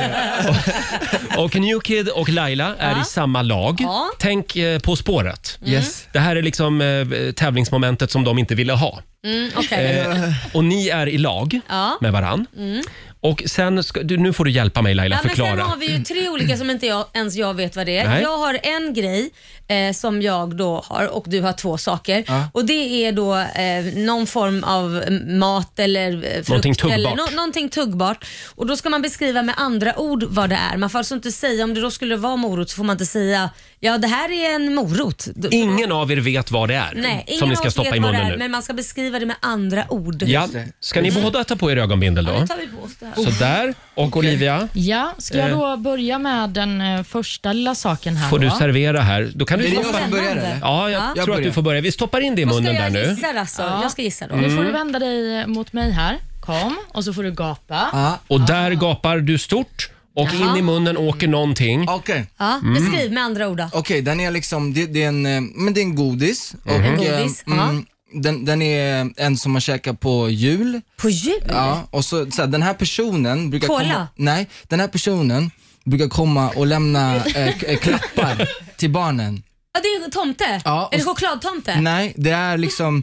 Och New Kid och Laila är i samma lag. Ja. Tänk På spåret. Yes. Det här är liksom tävlingsmomentet som de inte ville ha. Okay. Och ni är i lag med varann. Och sen nu får du hjälpa mig Laila, förklara. Men sen har vi ju 3 olika som inte ens jag vet vad det är. Nej. Jag har en grej som jag då har och du har 2 saker. Och det är då någon form av mat eller frukt. Någonting tuggbart. Eller någonting tuggbart. Och då ska man beskriva med andra ord vad det är. Man får alltså inte säga, om det då skulle vara morot så får man inte säga, ja det här är en morot. Ingen av er vet vad det är. Nej, ingen som ni ska av oss stoppa vet i vad det munnen är, nu. men man ska beskriva det med andra ord. Ja. Ska ni båda ta på er ögonbindel då? Ja, det tar vi på oss det här. Så där. Och Olivia? Ja, ska jag då börja med den första lilla saken här Får du då? servera här? Då kan du Är det stoppa... jag som börjar eller? Ja, jag tror att du får börja. Vi stoppar in det i munnen där nu. Jag ska gissa då. Nu får du vända dig mot mig här. Kom, och så får du gapa. Och där gapar du stort och in i munnen åker någonting. Okej. Ja, beskriv med andra ord. Okej, den är liksom, det är en godis. Och, En godis, den är en som man käkar på jul. På jul? Ja, och så här, den här personen brukar Cola? komma... Nej, den här personen brukar komma och lämna klappar till barnen. Ja, det är tomte. Ja, är det chokladtomte? Nej, det är liksom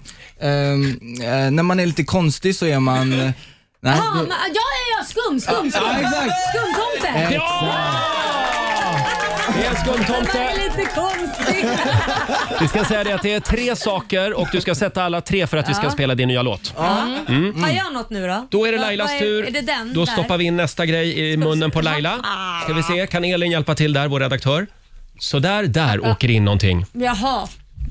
när man är lite konstig så är man... nej, Jaha, skum. Ja, exakt. Skumtomte. Ja! Det är en skumtomte. Det är lite konstigt. Vi ska säga det att det är 3 saker och du ska sätta alla 3 för att vi ska spela din nya låt. Har jag något nu då? Då är det Lailas tur. Är det den Då där? stoppar vi in nästa grej i munnen på Laila. Ska vi se, kan Elin hjälpa till där, vår redaktör? Så där åker in någonting. Jaha.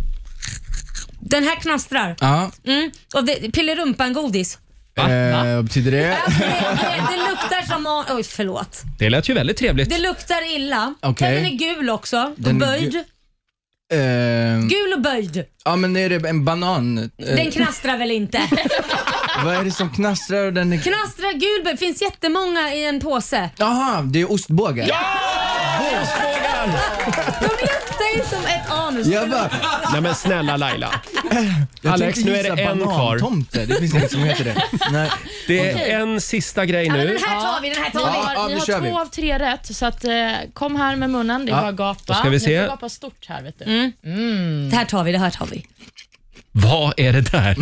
Den här knastrar. Ja. Och pillerumpan-godis. Vad betyder det? Det luktar som... Oj, förlåt. Det lät ju väldigt trevligt. Det luktar illa. Okej. Den är gul också. Den och är böjd. Gul och böjd. Ja, men är det en banan? Den knastrar väl inte? Vad är det som knastrar? Och den är... Knastrar gul böjd. Finns jättemånga i en påse. Jaha, det är ostbågar. Ja! Ostbågar! De luktar ju som ett anus. Jag bara... Nej men snälla Laila. Jag Alex, tänkte nu är det gissa en kvar. banantomte. Det finns inget som heter det. Nej. Det är en sista grej Ja, men nu. den här tar vi. Ja, Ni kör har vi. 2 av 3 rätt, så att, kom här med munnen. Det är bara att gapa. Då ska vi se. Ni får gapa stort här, vet du. Det här tar vi. Vad är det där?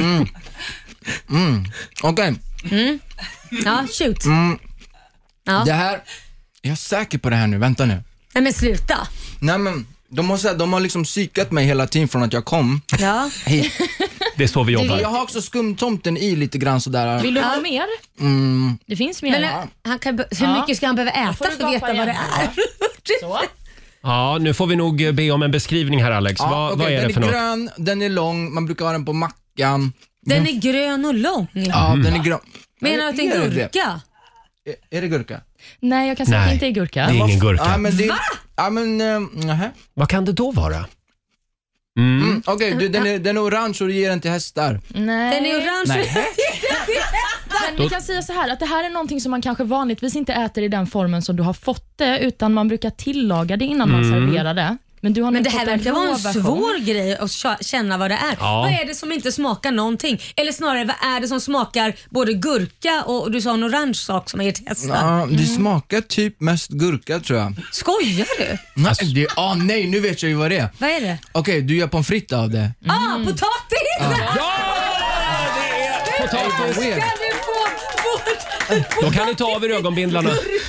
Okej. Ja, shoot. Ja. Det här... Jag är säker på det här nu. Vänta nu. Nej men sluta. Nej, men de har liksom psykat mig hela tiden från att jag kom. Ja. Hej. Det är så vi jobbar. Jag har också skumtomten i lite grann sådär. Vill du ha mer? Det finns mer. Men han kan, hur mycket ska han behöva äta får du för att veta gapa vad det igen. är? Så. Ja, nu får vi nog be om en beskrivning här Alex. Ja, Vad är det för den är något? grön, den är lång, man brukar ha den på mackan. Den är grön och lång. Ja, den är grön. Menar du att det är en gurka? Är det gurka? Nej, jag kan säga att det Nej, inte är gurka. det är ingen gurka. Ja, men det, Va? Ja, men... nähä. Vad kan det då vara? Okej, den är orange och du ger den till hästar. Nej. Den är orange. Nej. Men vi kan säga så här, att det här är någonting som man kanske vanligtvis inte äter i den formen som du har fått det, utan man brukar tillaga det innan man serverar det. Men du har Men nu det här fått verkar vara en rå version. svår grej att känna vad det är. Ja. Vad är det som inte smakar någonting? Eller snarare, vad är det som smakar både gurka och du sa en orange sak som är testa? Ja, det smakar typ mest gurka tror jag. Skojar du? Nej, nu vet jag ju vad det är. Vad är det? Okej, du gör pommes frites av det. Potatis! Ja, det är potatis. Ska du få Då kan ni ta av er ögonbindlarna.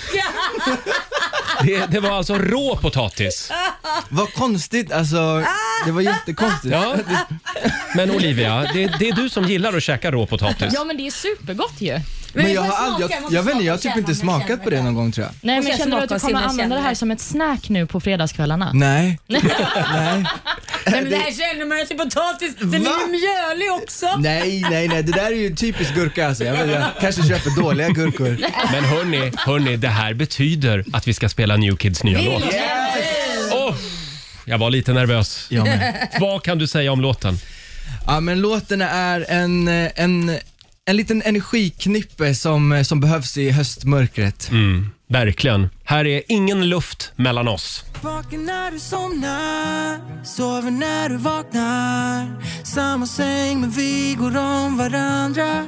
Det var alltså rå potatis. Vad konstigt, alltså. Det var jättekonstigt. Ja. Men Olivia, det är du som gillar att käka rå potatis. Ja, men det är supergott ju. Men jag har typ inte smakat på det någon gång tror jag. Nej, men jag känner du att du smaka och kommer se om jag använda det här känner som ett snack nu på fredagskvällarna? Nej. Nej. Nej, men det här känner man ju till potatis. Den är ju mjölig också. Nej. Det där är ju typiskt gurka alltså. Jag kanske köper dåliga gurkor. Men hörni, det här betyder att vi ska spela New Kids nya låt. Yes! Jag var lite nervös. Jag med. Vad kan du säga om låten? Ja, men låten är en liten energiknippe som behövs i höstmörkret. Verkligen. Här är ingen luft mellan oss. Vaken när du somnar, sover när du vaknar. Samma säng men vi går om varandra.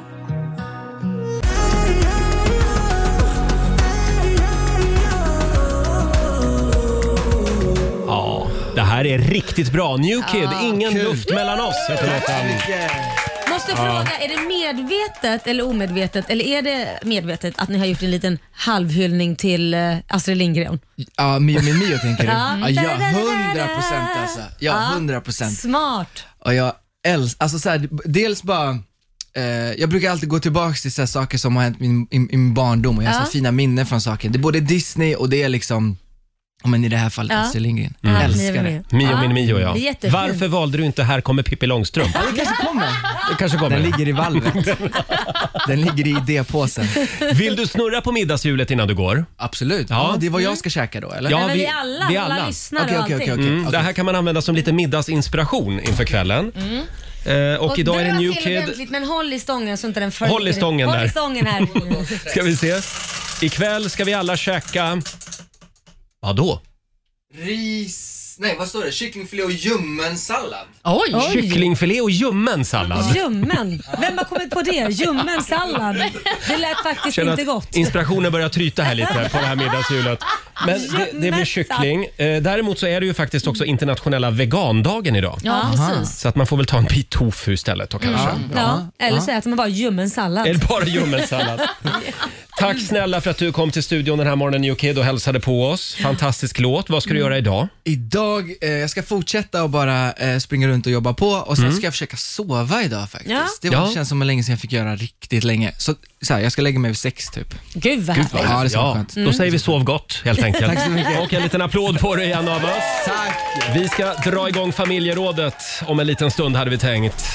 Ja, det här är riktigt bra. New Kid, ingen luft mellan oss. Måste fråga, är det medvetet eller omedvetet? Eller är det medvetet att ni har gjort en liten halvhyllning till Astrid Lindgren? Ja, Mio tänker du? Ja. Ja, 100% alltså. Ja, 100%. Smart. Och jag älskar, alltså så här, dels bara jag brukar alltid gå tillbaka till så här saker som har hänt i min barndom och jag har så fina minnen från saker. Det är både Disney och det är liksom, men i det här fallet Astrid Lindgren. Jag älskar det. Mio min Mio, ja. Jättefint. Varför valde du inte Här kommer Pippi Långstrump? Ja, det kanske kommer. Den ligger i valvet. Den ligger i idépåsen. Vill du snurra på middagshjulet innan du går? Absolut. Ja, det är vad jag ska käka då, eller? Ja, Nej, men vi alla lyssnar och allting. Det här kan man använda som lite middagsinspiration inför kvällen. Och idag är det New Kid. Men håll i stången så inte den följer. Håll i stången där. Håll i stången här. Ska vi se. Ikväll ska vi alla käka... Vadå? Vad står det? Kycklingfilé och ljummen sallad. Oj. Kycklingfilé och ljummen sallad. Ljummen? Vem har kommit på det? Ljummen sallad. Det lät faktiskt inte gott. Inspirationen börjar tryta här lite på det här middagshjulet. Men det blir kyckling. Däremot så är det ju faktiskt också internationella vegandagen idag. Ja, precis. Så att man får väl ta en bit tofu istället då kanske. Ja. Eller så att man bara ljummen sallad. Eller bara ljummen sallad. Tack snälla för att du kom till studion den här morgonen, New Kid, och hälsade på oss. Fantastisk låt. Vad ska du göra idag? Idag, jag ska fortsätta och bara springa runt och jobba på. Och sen ska jag försöka sova idag faktiskt. Det känns som länge sedan jag fick göra riktigt länge. Så här, jag ska lägga mig vid 6 typ. Gud vad härligt. Ja, det är så skönt. Då säger vi sov gott helt enkelt. Tack så mycket. Och en liten applåd får du igen av oss. Tack. Vi ska dra igång familjerådet om en liten stund hade vi tänkt.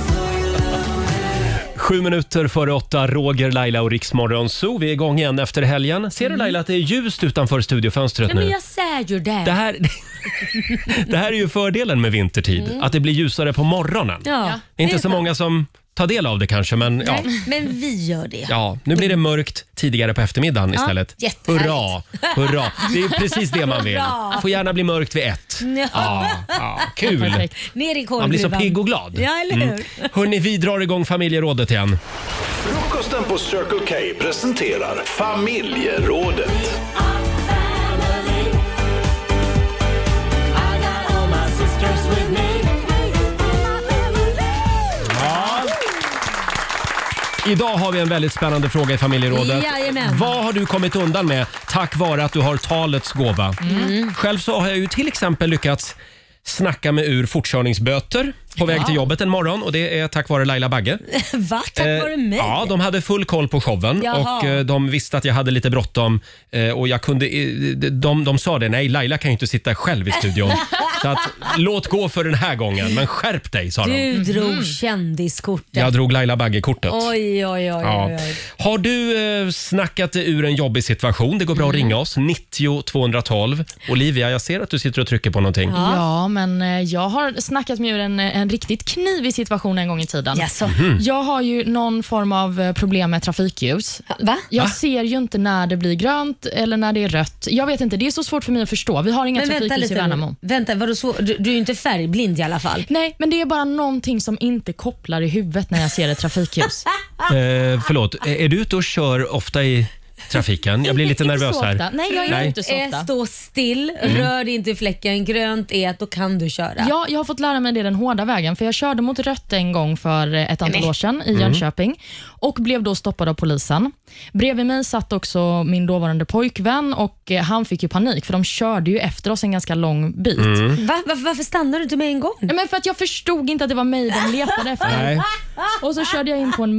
7 minuter före 8, Roger, Laila och Riksmorgon Zoo. Vi är igång igen efter helgen. Ser du Laila att det är ljust utanför studiofönstret nu? Men jag säger ju det. Det här är ju fördelen med vintertid. Att det blir ljusare på morgonen. Ja. Inte så många som tar del av det kanske, men ja. Men vi gör det. Ja, nu blir det mörkt tidigare på eftermiddagen istället. Jättehärligt. Hurra. Det är precis det man vill. Får gärna bli mörkt vid 1. Ja, kul. Ner i Man blir så pigg och glad. Ja, eller hur? Hörrni, vi drar igång familjerådet igen. Frukosten på Circle K presenterar familjerådet. Idag har vi en väldigt spännande fråga i familjerådet. Jajamän. Vad har du kommit undan med tack vare att du har talets gåva? Själv så har jag ju till exempel lyckats snacka med ur fortkörningsböter på väg till jobbet en morgon, och det är tack vare Laila Bagge. Va? Tack vare mig? Ja, de hade full koll på showen. Jaha. Och de visste att jag hade lite bråttom och jag kunde, de sa det, nej Laila kan ju inte sitta själv i studion. Så att, låt gå för den här gången, men skärp dig, sa de. Du drog kändiskortet. Jag drog Laila Bagge-kortet. Oj. Ja. Har du snackat ur en jobbig situation? Det går bra att ringa oss, 90 212. Olivia, jag ser att du sitter och trycker på någonting. Ja, men jag har snackat med ur en riktigt knivig situation en gång i tiden. Yes. Jag har ju någon form av problem med trafikljus. Va? Jag ser ju inte när det blir grönt eller när det är rött. Jag vet inte, det är så svårt för mig att förstå. Vi har inga trafikljus i Värnamo. Vänta, vadå så? Du är ju inte färgblind i alla fall. Nej, men det är bara någonting som inte kopplar i huvudet när jag ser ett trafikljus. Förlåt, är du ute och kör ofta i trafiken? Jag blir lite nervös här. Nej, jag är inte så ofta. Stå still, rör dig inte i fläcken, grönt är att då kan du köra. Ja, jag har fått lära mig det den hårda vägen, för jag körde mot rött en gång för ett antal år sedan i Jönköping och blev då stoppad av polisen. Bredvid mig satt också min dåvarande pojkvän och han fick ju panik för de körde ju efter oss en ganska lång bit. Varför stannade du inte med en gång? Men för att jag förstod inte att det var mig de letade efter. Nej. Och så körde jag in på en mack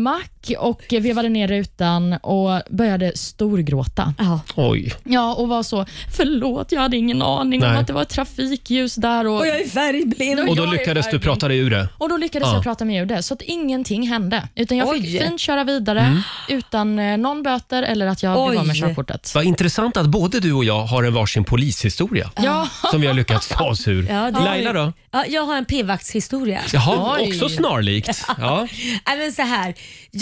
gick och vevade ner rutan och började storgråta. Oj. Ja, och var så, förlåt, jag hade ingen aning om att det var ett trafikljus där. Och jag är färgblind. Och då lyckades du prata dig ur det? Och då lyckades jag prata mig ur det, så att ingenting hände. Utan jag fick fint köra vidare utan någon böter eller att jag blev av med körkortet. Vad intressant att både du och jag har en varsin polishistoria som vi har lyckats ta oss ur. Laila då? Ja, jag har en p-vaktshistoria. Jaha, också snarlikt. Ja. Men så här,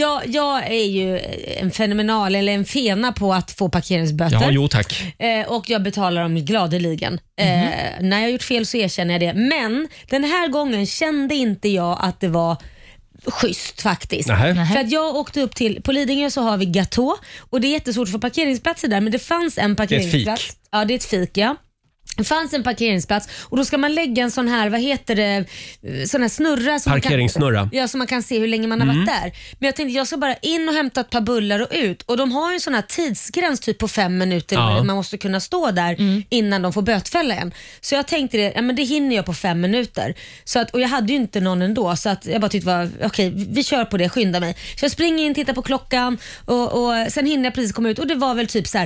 jag är ju en fenomenal eller en fena på att få parkeringsböter. Ja, jo tack. Och jag betalar dem gladeligen. När jag har gjort fel så erkänner jag det. Men den här gången kände inte jag att det var schysst faktiskt. För att jag åkte upp till, på Lidingö så har vi Gatå och det är jättesvårt att få parkeringsplatser där, men det fanns en parkeringsplats. Det är ett fik. Ja, det är ett fik, ja. Det fanns en parkeringsplats och då ska man lägga en sån här, vad heter det, sån här snurra som parkeringssnurra. Ja, så man kan se hur länge man har varit där. Men jag tänkte jag ska bara in och hämta ett par bullar och ut, och de har ju en sån här tidsgräns typ på 5 minuter man måste kunna stå där innan de får bötfälla en. Så jag tänkte det, men det hinner jag på 5 minuter. Så att, och jag hade ju inte någon ändå, så att jag bara tyckte okej, vi kör på det, skynda mig. Så jag springer in, tittar på klockan och sen hinner jag precis komma ut och det var väl typ så här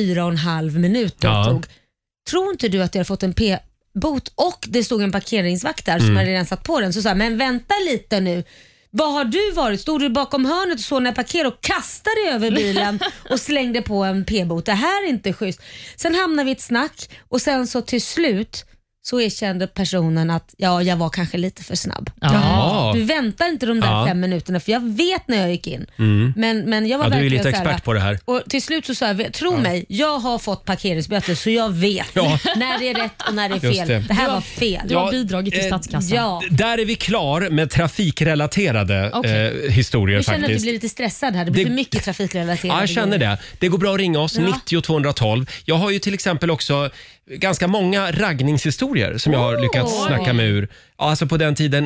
4,5 minuter det tog. Tror inte du att jag har fått en p-bot och det stod en parkeringsvakt där som hade redan satt på den, så sa men vänta lite nu. Vad har du varit? Stod du bakom hörnet och så när jag parkerade och kastade över bilen och slängde på en p-bot? Det här är inte schysst. Sen hamnade vi i ett snack och sen så till slut så erkände personen att jag var kanske lite för snabb. Du väntar inte de där 5 minuterna, för jag vet när jag gick in. Men jag var du är verkligen lite expert på det här. Och till slut så sa jag, tro mig, jag har fått parkeringsböter så jag vet när det är rätt och när det är fel. Det här var fel. Du har bidragit till statskassan. Där är vi klar med trafikrelaterade historier jag känner faktiskt. att du blir lite stressad här. Det blir för mycket trafikrelaterade. Ja, jag känner det. Det går bra att ringa oss, 90 212. Jag har ju till exempel också ganska många raggningshistorier som jag har lyckats snacka mig ur. Alltså på den tiden...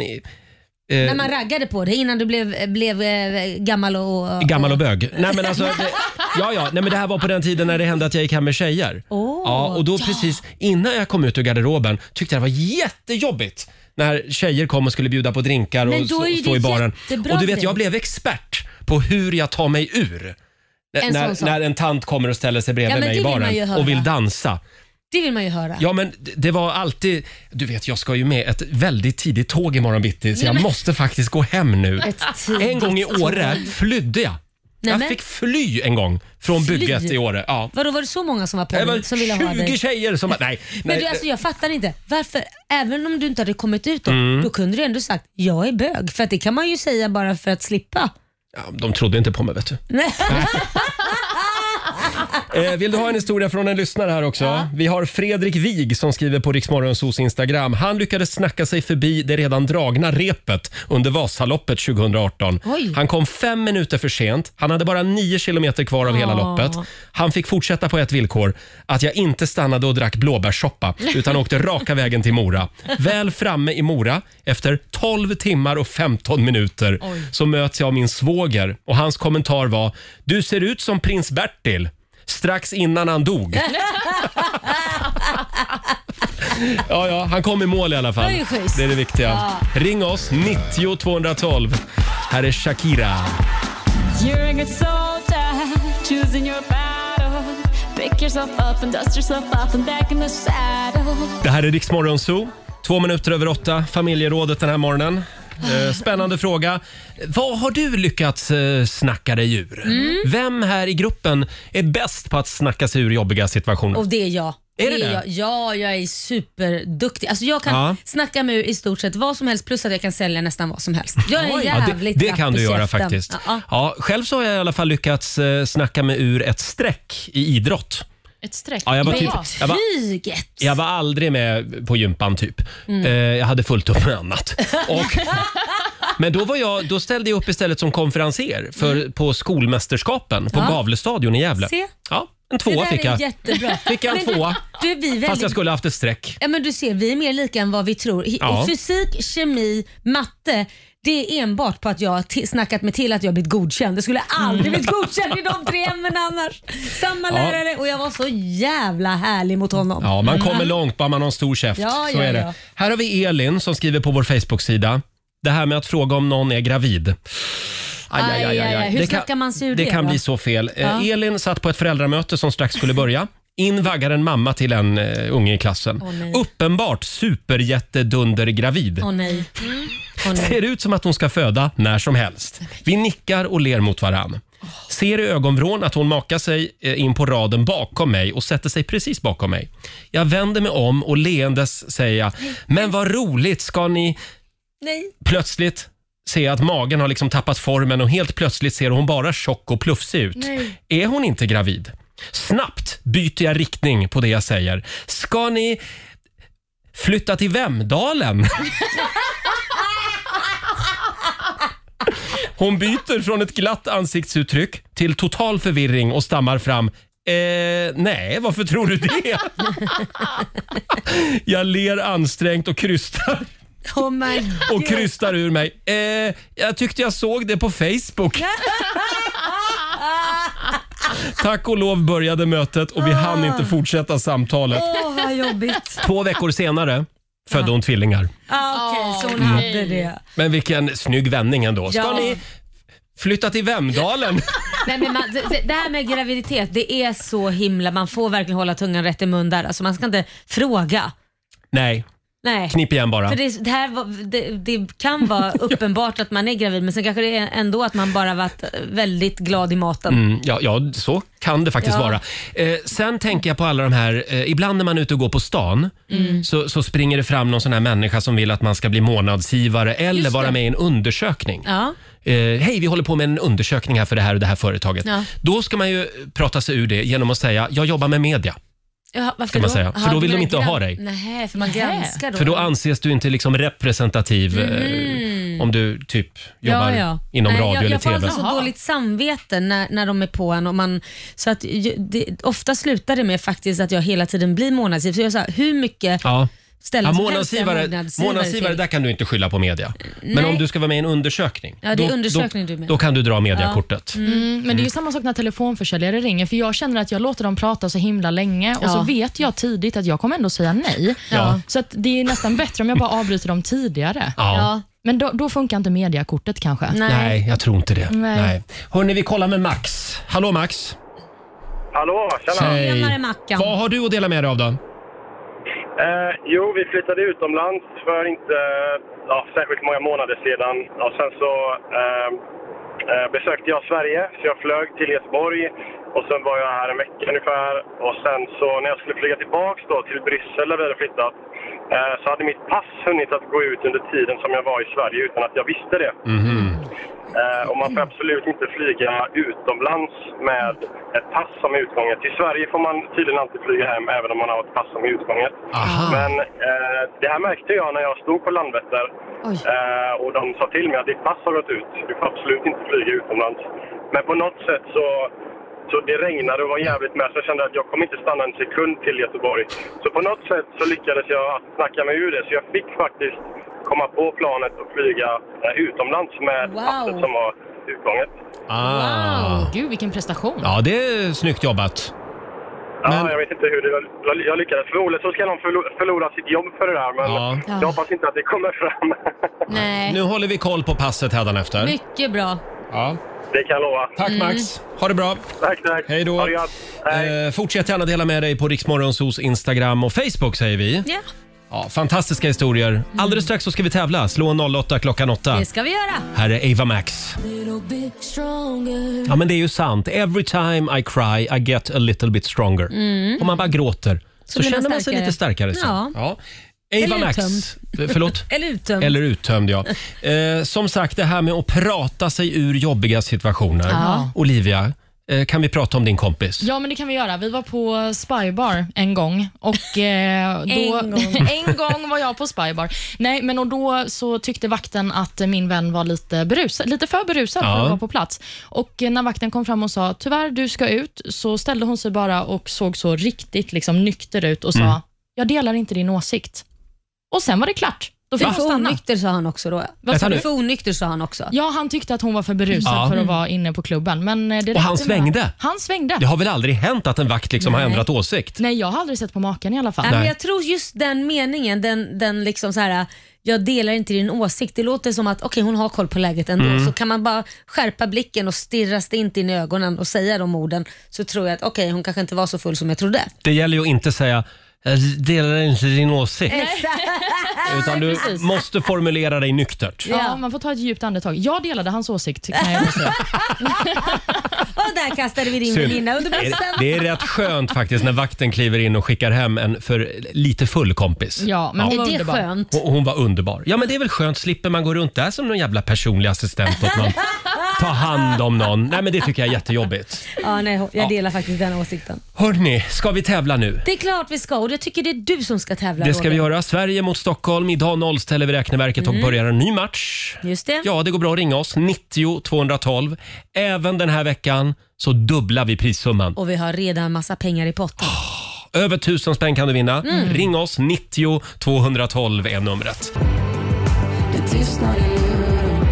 när man raggade på det innan du blev gammal och bög. Nej men alltså, nej men det här var på den tiden när det hände att jag gick hem med tjejer. Och då precis innan jag kom ut ur garderoben tyckte jag det var jättejobbigt när tjejer kom och skulle bjuda på drinkar och stå i baren. Och du vet, jag blev expert på hur jag tar mig ur. När en tant kommer och ställer sig bredvid mig i baren och vill dansa. Det vill man ju höra. Ja, men det var alltid... Du vet, jag ska ju med ett väldigt tidigt tåg imorgon bitti, så jag måste faktiskt gå hem nu. En gång i Åre flydde jag. Jag fick fly en gång från bygget i Åre. Ja. Vadå, var det så många som var på dig, som ville ha dig? 20 tjejer som... Nej. Men du, alltså, jag fattar inte. Varför, även om du inte hade kommit ut då kunde du ändå sagt, jag är bög. För att det kan man ju säga bara för att slippa. Ja, de trodde inte på mig, vet du. Nej. Vill du ha en historia från en lyssnare här också? Ja. Vi har Fredrik Wig som skriver på Riksmorgonsos Instagram. Han lyckades snacka sig förbi det redan dragna repet under Vasaloppet 2018. Oj. Han kom 5 minuter för sent. Han hade bara 9 kilometer kvar av hela loppet. Han fick fortsätta på ett villkor, att jag inte stannade och drack blåbärssoppa utan åkte raka vägen till Mora. Väl framme i Mora, efter 12 timmar och 15 minuter så möts jag av min svåger och hans kommentar var: du ser ut som prins Bertil strax innan han dog. Ja, han kom i mål i alla fall. Det är det viktiga. Ja. Ring oss, 90 212. Här är Shakira. You're a good soldier, choosing your battle. Pick yourself up and dust yourself off and back in the saddle. Det här är Riksmorgon Zoo. 7:02, familjerådet den här morgonen. Spännande fråga. Vad har du lyckats snacka dig ur? Vem här i gruppen är bäst på att snacka sig ur jobbiga situationer? Och det är jag. Är det? Ja, jag är superduktig. Alltså jag kan snacka mig ur i stort sett vad som helst, plus att jag kan sälja nästan vad som helst. Jag är jävligt det kan du göra faktiskt. Ja, själv så har jag i alla fall lyckats snacka mig ur ett streck i idrott. Ett streck? Ja, Flyget. Jag var aldrig med på gympan typ. Jag hade fullt upp med annat. Men då ställde jag upp istället som konferenser på skolmästerskapen på Gavlestadion i Gävle. Ja, en 2 fick jag. Jättebra. Fick jag en 2 fast jag skulle haft ett streck. Ja, men du ser, vi är mer lika än vad vi tror. Fysik, kemi, matte, det är enbart på att jag har snackat mig till att jag blivit godkänd. Det skulle aldrig blivit godkänd i de 3 ämnen annars. Samma lärare och jag var så jävla härlig mot honom. Ja, man kommer långt bara man har en stor käft. Så är det. Här har vi Elin som skriver på vår Facebook-sida. Det här med att fråga om någon är gravid. Hur snackar man sig ur det? Det kan bli så fel. Elin satt på ett föräldramöte som strax skulle börja. Invaggar en mamma till en unge i klassen. Uppenbart superjättedundergravid. Ser ut som att hon ska föda när som helst. Vi nickar och ler mot varann. Ser i ögonvrån att hon makar sig in på raden bakom mig och sätter sig precis bakom mig. Jag vänder mig om och leendes säger jag, men vad roligt, ska ni... Nej. Plötsligt ser jag att magen har liksom tappat formen och helt plötsligt ser hon bara tjock och plufsig ut. Nej. Är hon inte gravid? Snabbt byter jag riktning på det jag säger. Ska ni flytta till Vemdalen? Hon byter från ett glatt ansiktsuttryck till total förvirring och stammar fram. Nej, varför tror du det? Jag ler ansträngt och krystar. Oh my God. Och krystar ur mig. Jag tyckte jag såg det på Facebook. Tack och lov började mötet och vi hann inte fortsätta samtalet. Vad jobbigt. 2 veckor senare födde hon tvillingar. Okej, så hon hade det. Men vilken snygg vändning ändå. Ska ni flytta till Vemdalen? Nej, men det här med graviditet, det är så himla... Man får verkligen hålla tungan rätt i mun där. Alltså man ska inte fråga. Nej. Knip igen bara. För det kan vara uppenbart att man är gravid, men sen kanske det är ändå att man bara varit väldigt glad i maten. Ja, så kan det faktiskt vara. Sen tänker jag på alla de här, ibland när man är ute och går på stan så springer det fram någon sån här människa som vill att man ska bli månadsgivare eller vara med i en undersökning. Ja. Hej, vi håller på med en undersökning här för det här och det här företaget. Ja. Då ska man ju prata sig ur det genom att säga, jag jobbar med media. Ja, varför kan man då? säga. För då vill de inte ha dig. Nej, för man granskar då. För då anses du inte liksom representativ om du typ jobbar inom radio eller TV. Jag får så dåligt samvete när de är på en. Och så att ofta slutar det med faktiskt att jag hela tiden blir månadsgivare. Så jag sa, hur mycket... Månadsgivare, där kan du inte skylla på media. Nej. Men om du ska vara med i en undersökning, då kan du dra mediakortet. Men det är ju samma sak när telefonförsäljare ringer, för jag känner att jag låter dem prata så himla länge och så vet jag tidigt att jag kommer ändå säga nej. Så att det är nästan bättre om jag bara avbryter dem tidigare. Men då funkar inte mediakortet kanske. Nej, jag tror inte det. Nej. Hörrni, vi kollar med Max. Hallå Max. Hallå, tjena. Hej. Vad har du att dela med dig av då? Vi flyttade utomlands för inte särskilt många månader sedan. Och sen så besökte jag Sverige, så jag flög till Göteborg och sen var jag här en vecka ungefär. Och sen så när jag skulle flyga tillbaks då till Bryssel där vi hade flyttat, så hade mitt pass hunnit att gå ut under tiden som jag var i Sverige utan att jag visste det. Och man får absolut inte flyga utomlands med ett pass som är utgånget. Till Sverige får man tydligen alltid flyga hem även om man har ett pass som är utgånget. Men det här märkte jag när jag stod på Landvetter och de sa till mig att ditt pass har gått ut. Du får absolut inte flyga utomlands. Men på något sätt så det regnade och var jävligt med, så jag kände att jag kommer inte stanna en sekund till Göteborg. Så på något sätt så lyckades jag snacka mig ur det. Så jag fick faktiskt komma på planet och flyga utomlands med passet som var utgånget. Wow, gud vilken prestation. Ja, det är snyggt jobbat. Ja, jag vet inte hur jag lyckades. Förmodligen så ska någon förlora sitt jobb för det där, men jag hoppas inte att det kommer fram. Nej. Nu håller vi koll på passet hädanefter. Mycket bra. Ja. Det kan jag lova. Tack Max. Ha det bra. Tack. Hej då. Fortsätt gärna dela med dig på Riksmorgonsos Instagram och Facebook säger vi. Ja, fantastiska historier. Alldeles strax så ska vi tävla. Slå en 08 klockan 8. Det ska vi göra. Här är Ava Max. Ja, men det är ju sant. Every time I cry I get a little bit stronger. Om man bara gråter så känner man sig lite starkare sen. Ja. Ava Max. Förlåt? Eller uttömd, ja. Som sagt, det här med att prata sig ur jobbiga situationer. Olivia, kan vi prata om din kompis? Ja, men det kan vi göra. Vi var på Spybar en gång. Och en gång var jag på Spybar. Nej, men och då så tyckte vakten att min vän var lite för berusad för att vara på plats. Och när vakten kom fram och sa, tyvärr du ska ut, så ställde hon sig bara och såg så riktigt liksom nykter ut och sa, jag delar inte din åsikt. Och sen var det klart. Då fick för onykter sa han också då. För onykter sa han också. Ja, han tyckte att hon var för berusad för att vara inne på klubben. Men det och han svängde? Han svängde. Det har väl aldrig hänt att en vakt liksom har ändrat åsikt? Nej, jag har aldrig sett på maken i alla fall. Men jag tror just den meningen, den liksom så här, jag delar inte din åsikt. Det låter som att okej, hon har koll på läget ändå. Så kan man bara skärpa blicken och stirra stint in i ögonen och säga de orden, så tror jag att okej, hon kanske inte var så full som jag trodde. Det gäller ju att inte säga jag delar inte din åsikt. Utan du måste formulera dig nyktert. Ja, man får ta ett djupt andetag. Jag delade hans åsikt, kan jag säga. Och där kastade vi din väninna under bussen. Det är rätt skönt faktiskt när vakten kliver in och skickar hem en för lite full kompis. Ja, men hon var underbar. Skönt? Hon var underbar. Ja, men det är väl skönt. Slipper man gå runt där som någon jävla personlig assistent åt någon. Ta hand om någon. Nej, men det tycker jag är jättejobbigt. Ja, nej, jag delar faktiskt den åsikten. Hörrni, ska vi tävla nu? Det är klart vi ska, och jag tycker det är du som ska tävla. Det ska vi göra. Sverige mot Stockholm. Idag nollställer vi räkneverket och börjar en ny match. Just det. Ja, det går bra att ringa oss. 90 212. Även den här veckan så dubblar vi prissumman. Och vi har redan massa pengar i potten. Över 1000 spänn kan du vinna. Ring oss. 90 212 är numret. Det tystnar i luren.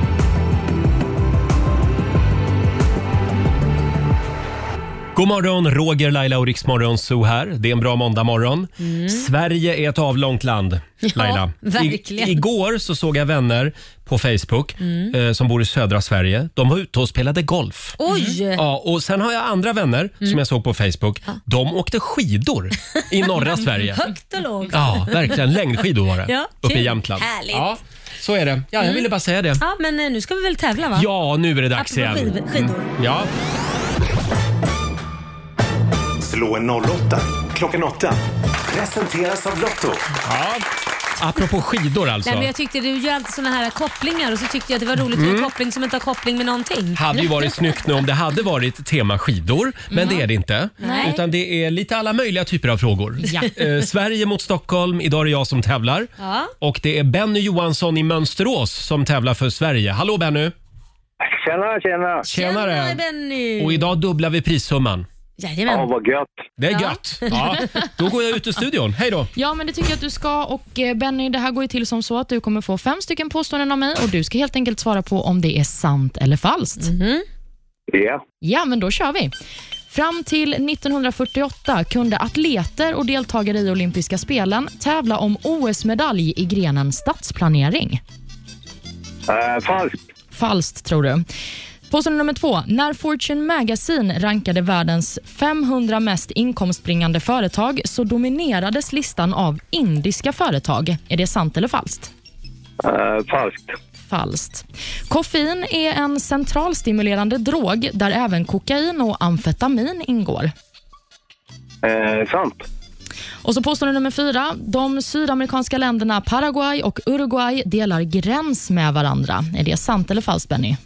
God morgon, Roger, Laila och Riksmorgon Zoo här. Det är en bra måndagmorgon. Sverige är ett avlångt land, Laila. Ja, verkligen. Igår så såg jag vänner på Facebook som bor i södra Sverige. De var ute och spelade golf. Oj! Ja, och sen har jag andra vänner som jag såg på Facebook. De åkte skidor i norra Sverige. Högt och lågt. Ja, verkligen. Längdskidor var det. Ja, uppe i kul. Jämtland. Härligt. Ja, så är det. Ja, jag ville bara säga det. Ja, men nu ska vi väl tävla, va? Ja, nu är det dags Apropå igen. skidor. Ja. Slå en 08 klockan 8. Presenteras av Lotto. Ja. Apropå skidor alltså. Nej, men jag tyckte du gör alltid såna här kopplingar, och så tyckte jag att det var roligt med en koppling som inte har koppling med någonting. Hade ju varit snyggt nu om det hade varit tema skidor, men det är det inte. Nej. Utan det är lite alla möjliga typer av frågor. Ja. Sverige mot Stockholm, idag är det jag som tävlar. Ja. Och det är Benny Johansson i Mönsterås som tävlar för Sverige. Hallå Benny! Tjena. Tjenare! Benny! Och idag dubblar vi prissumman. Jajamän. Ja, vad gött. Det är Ja. gött. Ja, då går jag ut ur studion. Hej då! Ja, men det tycker jag att du ska. Och Benny, det här går ju till som så att du kommer få 5 stycken påståenden av mig och du ska helt enkelt svara på om det är sant eller falskt. Ja. Ja, men då kör vi. Fram till 1948 kunde atleter och deltagare i olympiska spelen tävla om OS-medalj i grenen stadsplanering. Falskt. Falskt, tror du. Påstående nummer 2. När Fortune Magazine rankade världens 500 mest inkomstbringande företag så dominerades listan av indiska företag. Är det sant eller falskt? Falskt. Falskt. Koffein är en centralstimulerande drog där även kokain och amfetamin ingår. Sant. Och så påstående nummer 4. De sydamerikanska länderna Paraguay och Uruguay delar gräns med varandra. Är det sant eller falskt, Benny?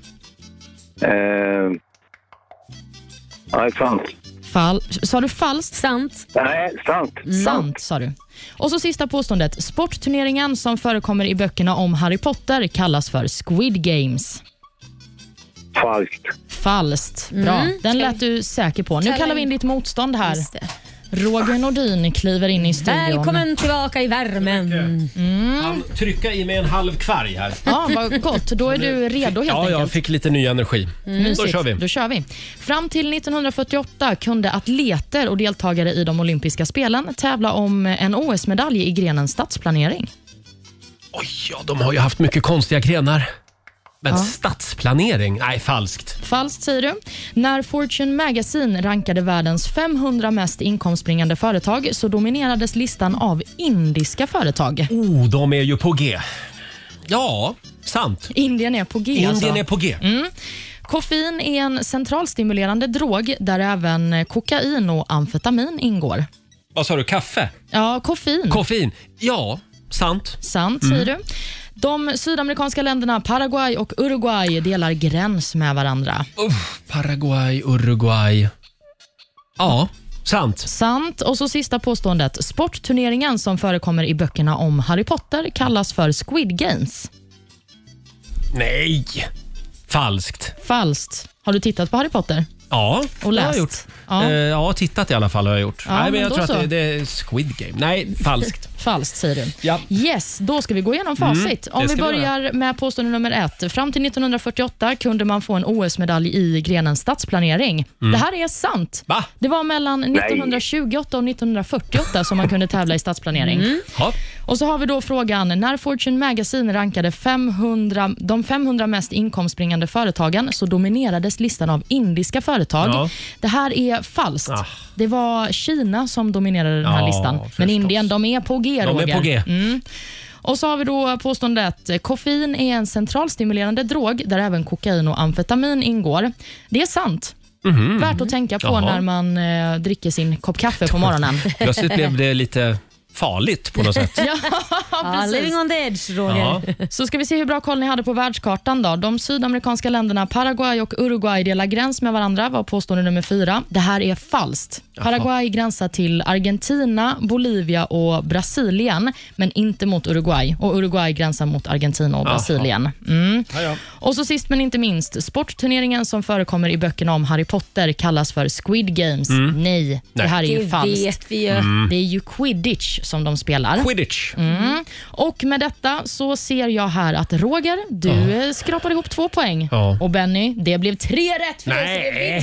Nej, sant. Sa du falskt? Sant. Nej, sant. Sant, sa du. Och så sista påståendet. Sportturneringen som förekommer i böckerna om Harry Potter kallas för Squid Games. Falskt. Falskt. Bra. Den lät du säker på. Nu kallar vi in ditt motstånd här. Roger Nordin kliver in i studion. Välkommen tillbaka i värmen. Han trycker i mig en halv kvarg här. Ja, vad gott. Då är du redo helt enkelt. Jag fick lite ny energi. Då kör vi. Då kör vi. Fram till 1948 kunde atleter och deltagare i de olympiska spelen tävla om en OS-medalj i grenen stadsplanering. Oj, ja, de har ju haft mycket konstiga grenar. Men stadsplanering? Nej, falskt. Falskt, säger du. När Fortune Magazine rankade världens 500 mest inkomstbringande företag så dominerades listan av indiska företag. De är ju på G. Ja, sant. Indien är på G. Indien är på G. Koffein är en centralstimulerande drog där även kokain och amfetamin ingår. Vad sa du? Kaffe? Ja, koffein. Koffein? Ja, sant. Sant, säger du. De sydamerikanska länderna Paraguay och Uruguay delar gräns med varandra. Paraguay, Uruguay. Ja, sant. Sant. Och så sista påståendet. Sportturneringen som förekommer i böckerna om Harry Potter kallas för Squid Games. Nej, falskt. Falskt. Har du tittat på Harry Potter? Ja, och läst? Det har jag gjort. Ja, tittat i alla fall har jag gjort. Ja, Nej, men jag tror så. att det är Squid Game. Nej, falskt. Falskt, säger du. Ja. Yes, då ska vi gå igenom facit. Om vi börjar med påstående nummer 1. Fram till 1948 kunde man få en OS-medalj i grenen stadsplanering. Det här är sant. Va? Det var mellan 1928 och 1948 som man kunde tävla i stadsplanering. Och så har vi då frågan, när Fortune Magazine rankade de 500 mest inkomstbringande företagen så dominerades listan av indiska företag. Ja. Det här är falskt. Det var Kina som dominerade den här listan. Men Indien, de är på G, Roger. De är på G. Och så har vi då påståendet att koffein är en centralstimulerande drog där även kokain och amfetamin ingår. Det är sant. Värt att tänka på när man dricker sin kopp kaffe på morgonen. Plötsligt blev det lite farligt på något sätt. Living on the edge, Roger. Så ska vi se hur bra koll ni hade på världskartan då. De sydamerikanska länderna Paraguay och Uruguay delar gräns med varandra, var påstående nummer 4. Det här är falskt. Paraguay gränsar till Argentina, Bolivia och Brasilien, men inte mot Uruguay. Och Uruguay gränsar mot Argentina och Brasilien. Och så sist men inte minst, sportturneringen som förekommer i böckerna om Harry Potter kallas för Squid Games. Nej, det här är ju falskt. Vet vi ju. Det är ju Quidditch som de spelar. Quidditch. Och med detta så ser jag här att Roger, du skrapade ihop 2 poäng. Och Benny, det blev 3 rätt för dig.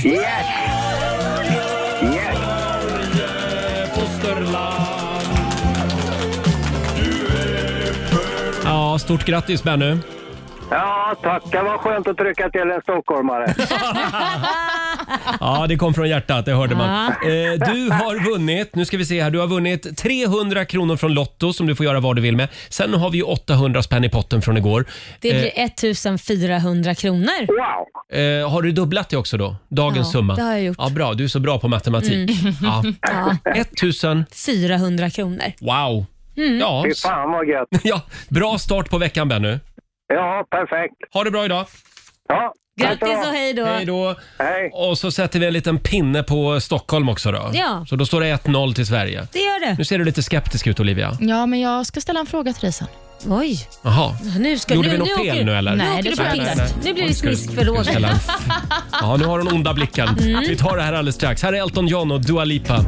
Ja, stort grattis Benny. Ja, tack. Det var skönt att trycka till en stockholmare. Ja, det kom från hjärtat, det hörde man. Du har vunnit, nu ska vi se här, du har vunnit 300 kronor från Lotto som du får göra vad du vill med. Sen har vi ju 800 spänn i potten från igår. Det blir 1400 kronor. Wow! Har du dubblat det också då? Dagens summa? Det har jag gjort. Ja, bra, du är så bra på matematik. 1400 kronor. Wow! Ja. Fy fan vad gött. Ja, bra start på veckan Benny. Ja, perfekt. Ha det bra idag. Ja. Grattis och hej då. Hej då. Hej. Och så sätter vi en liten pinne på Stockholm också då. Ja. Så då står det 1-0 till Sverige. Det gör det. Nu ser du lite skeptisk ut Olivia. Ja, men jag ska ställa en fråga till dig sen. Oj. Jaha. Gjorde vi något fel nu eller? Nej, det nej. Nu blir det smisk för Roger. Ja, nu har hon onda blicken. Vi tar det här alldeles strax. Här är Elton John och Dua Lipa.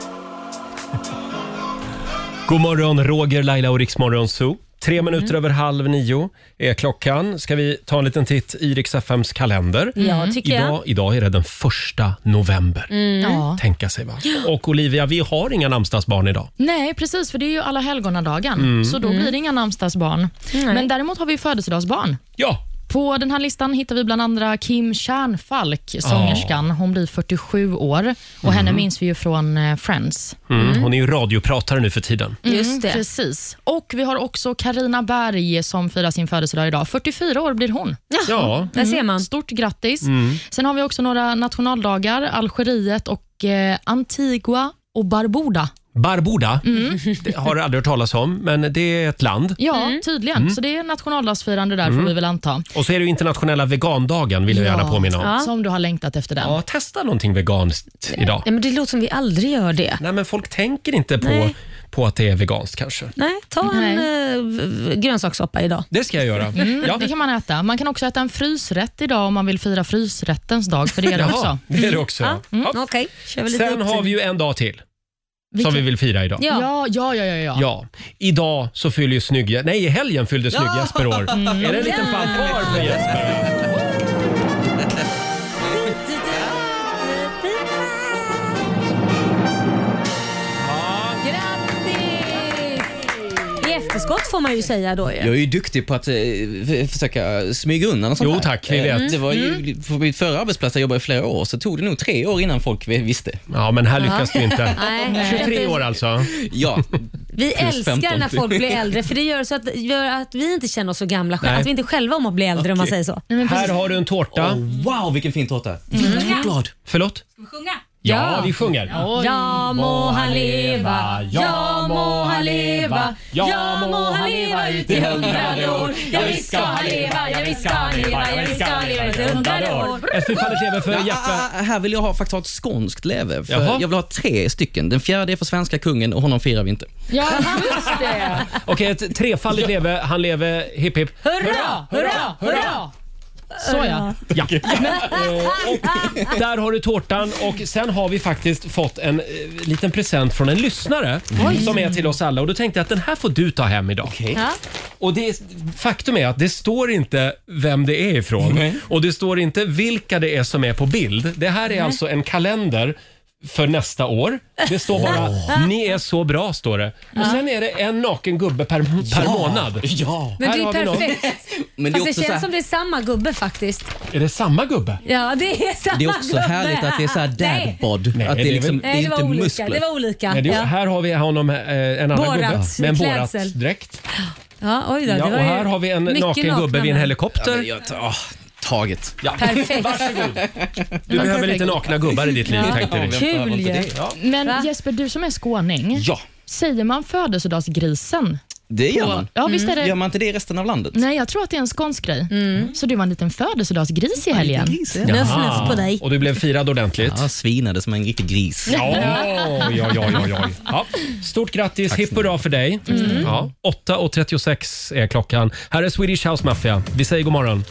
God morgon, Roger, Laila och Riksmorgon Zoo. 3 minuter över 8:30 är klockan. Ska vi ta en liten titt i Rix FMs kalender? Ja, tycker jag. Idag är det den 1 november. Tänka sig va? Och Olivia, vi har inga namnsdagsbarn idag. Nej, precis, för det är ju alla helgonadagen. Så då blir det inga namnsdagsbarn. Men däremot har vi födelsedagsbarn. Ja. På den här listan hittar vi bland andra Kim Kärnfalk, sångerskan. Hon blir 47 år och henne minns vi ju från Friends. Hon är ju radiopratare nu för tiden. Just det. Precis. Och vi har också Carina Berg som firar sin födelsedag idag. 44 år blir hon. Ja, där ser man. Stort grattis. Sen har vi också några nationaldagar. Algeriet och Antigua och Barbuda. Barbuda, det har jag aldrig hört talas om, men det är ett land. Ja, tydligen. Så det är nationaldagsfirande där får vi väl anta. Och så är det ju internationella vegandagen, vill jag gärna påminna om. Ja. Som du har längtat efter den. Ja, testa någonting veganskt idag. Nej, men det låter som vi aldrig gör det. Nej, men folk tänker inte på att det är veganskt kanske. Nej, ta en grönsakssoppa idag. Det ska jag göra. Ja. Det kan man äta. Man kan också äta en frysrätt idag om man vill fira frysrättens dag, för det är det också. Det är det också. Okej. Sen har vi ju en dag till. Som vi vill fira idag. Ja. Idag så fyller ju i helgen fyllde snygg Jesper år. Är det en liten fanfar för Jesper? Efterskott får man ju säga då. Jag är ju duktig på att försöka smyga undan och sånt. Jo tack, vi vet. Det var ju, på mitt förra arbetsplats jag jobbade i flera år, så tog det nog 3 år innan folk visste. Ja, men här lyckas vi inte. 23 år alltså. Ja. Vi älskar när folk blir äldre, för det gör så att vi inte känner oss så gamla själva. Att vi inte själva om att bli äldre, om man säger så. Här har du en tårta. Wow, vilken fin tårta. Glad. Förlåt? Ska vi sjunga? Ja, vi sjunger. Ja må han leva, ja må han leva, ja må han leva ut i 100 år. Ja visst ska han leva, ja visst ska han leva, ja visst ska han leva ut i 100 år. Ett fyrfaldigt leve för Jeppe. Här vill jag faktiskt ha ett skånskt leve. För jag vill ha 3 stycken. Den 4:e är för svenska kungen och honom firar vi inte. Ja, just det. Okej, ett 3-faldigt leve. Han lever hipp hipp. Hurra, hurra, hurra. Så ja. Och där har du tårtan och sen har vi faktiskt fått en liten present från en lyssnare som är till oss alla och då tänkte jag att den här får du ta hem idag. Och faktum är att det står inte vem det är ifrån och det står inte vilka det är som är på bild. Det här är alltså en kalender för nästa år. Det står bara ni är så bra, står det. Och sen är det en naken gubbe per månad. Ja. Men det Här har vi är någon. perfekt. Men det är Fast också det så känns här, som det är samma gubbe faktiskt. Är det samma gubbe? Ja, det är samma det är också gubbe. härligt att det är så här dadbod. Nej, Att det är liksom, Nej, det är det var inte olika. muskler. Det var olika. Nej, Ja. här har vi honom, en annan Borat, gubbe med en klädsel. Borat-dräkt. Ja, oj då, det Ja, var och ju här har vi en mycket naken gubbe nakna vid en män. helikopter. Taget. Ja. Perfekt. Varsågod. Du behöver lite nakna gubbar i ditt liv, tänkte vi. Kul ju. Ja. Men Jesper, du som är skåning, Ja, säger man födelsedagsgrisen? det gör man. Ja, visst är det. Gör man inte det i resten av landet? Nej, jag tror att det är en skånsk grej. Så du var en liten födelsedagsgris i helgen. Nuff på dig. Och du blev firad ordentligt. Ja, svinade som en riktig gris. Ja. Stort grattis, hipp hurra för dig. Ja. 8:36 är klockan. Här är Swedish House Mafia. Vi säger god morgon.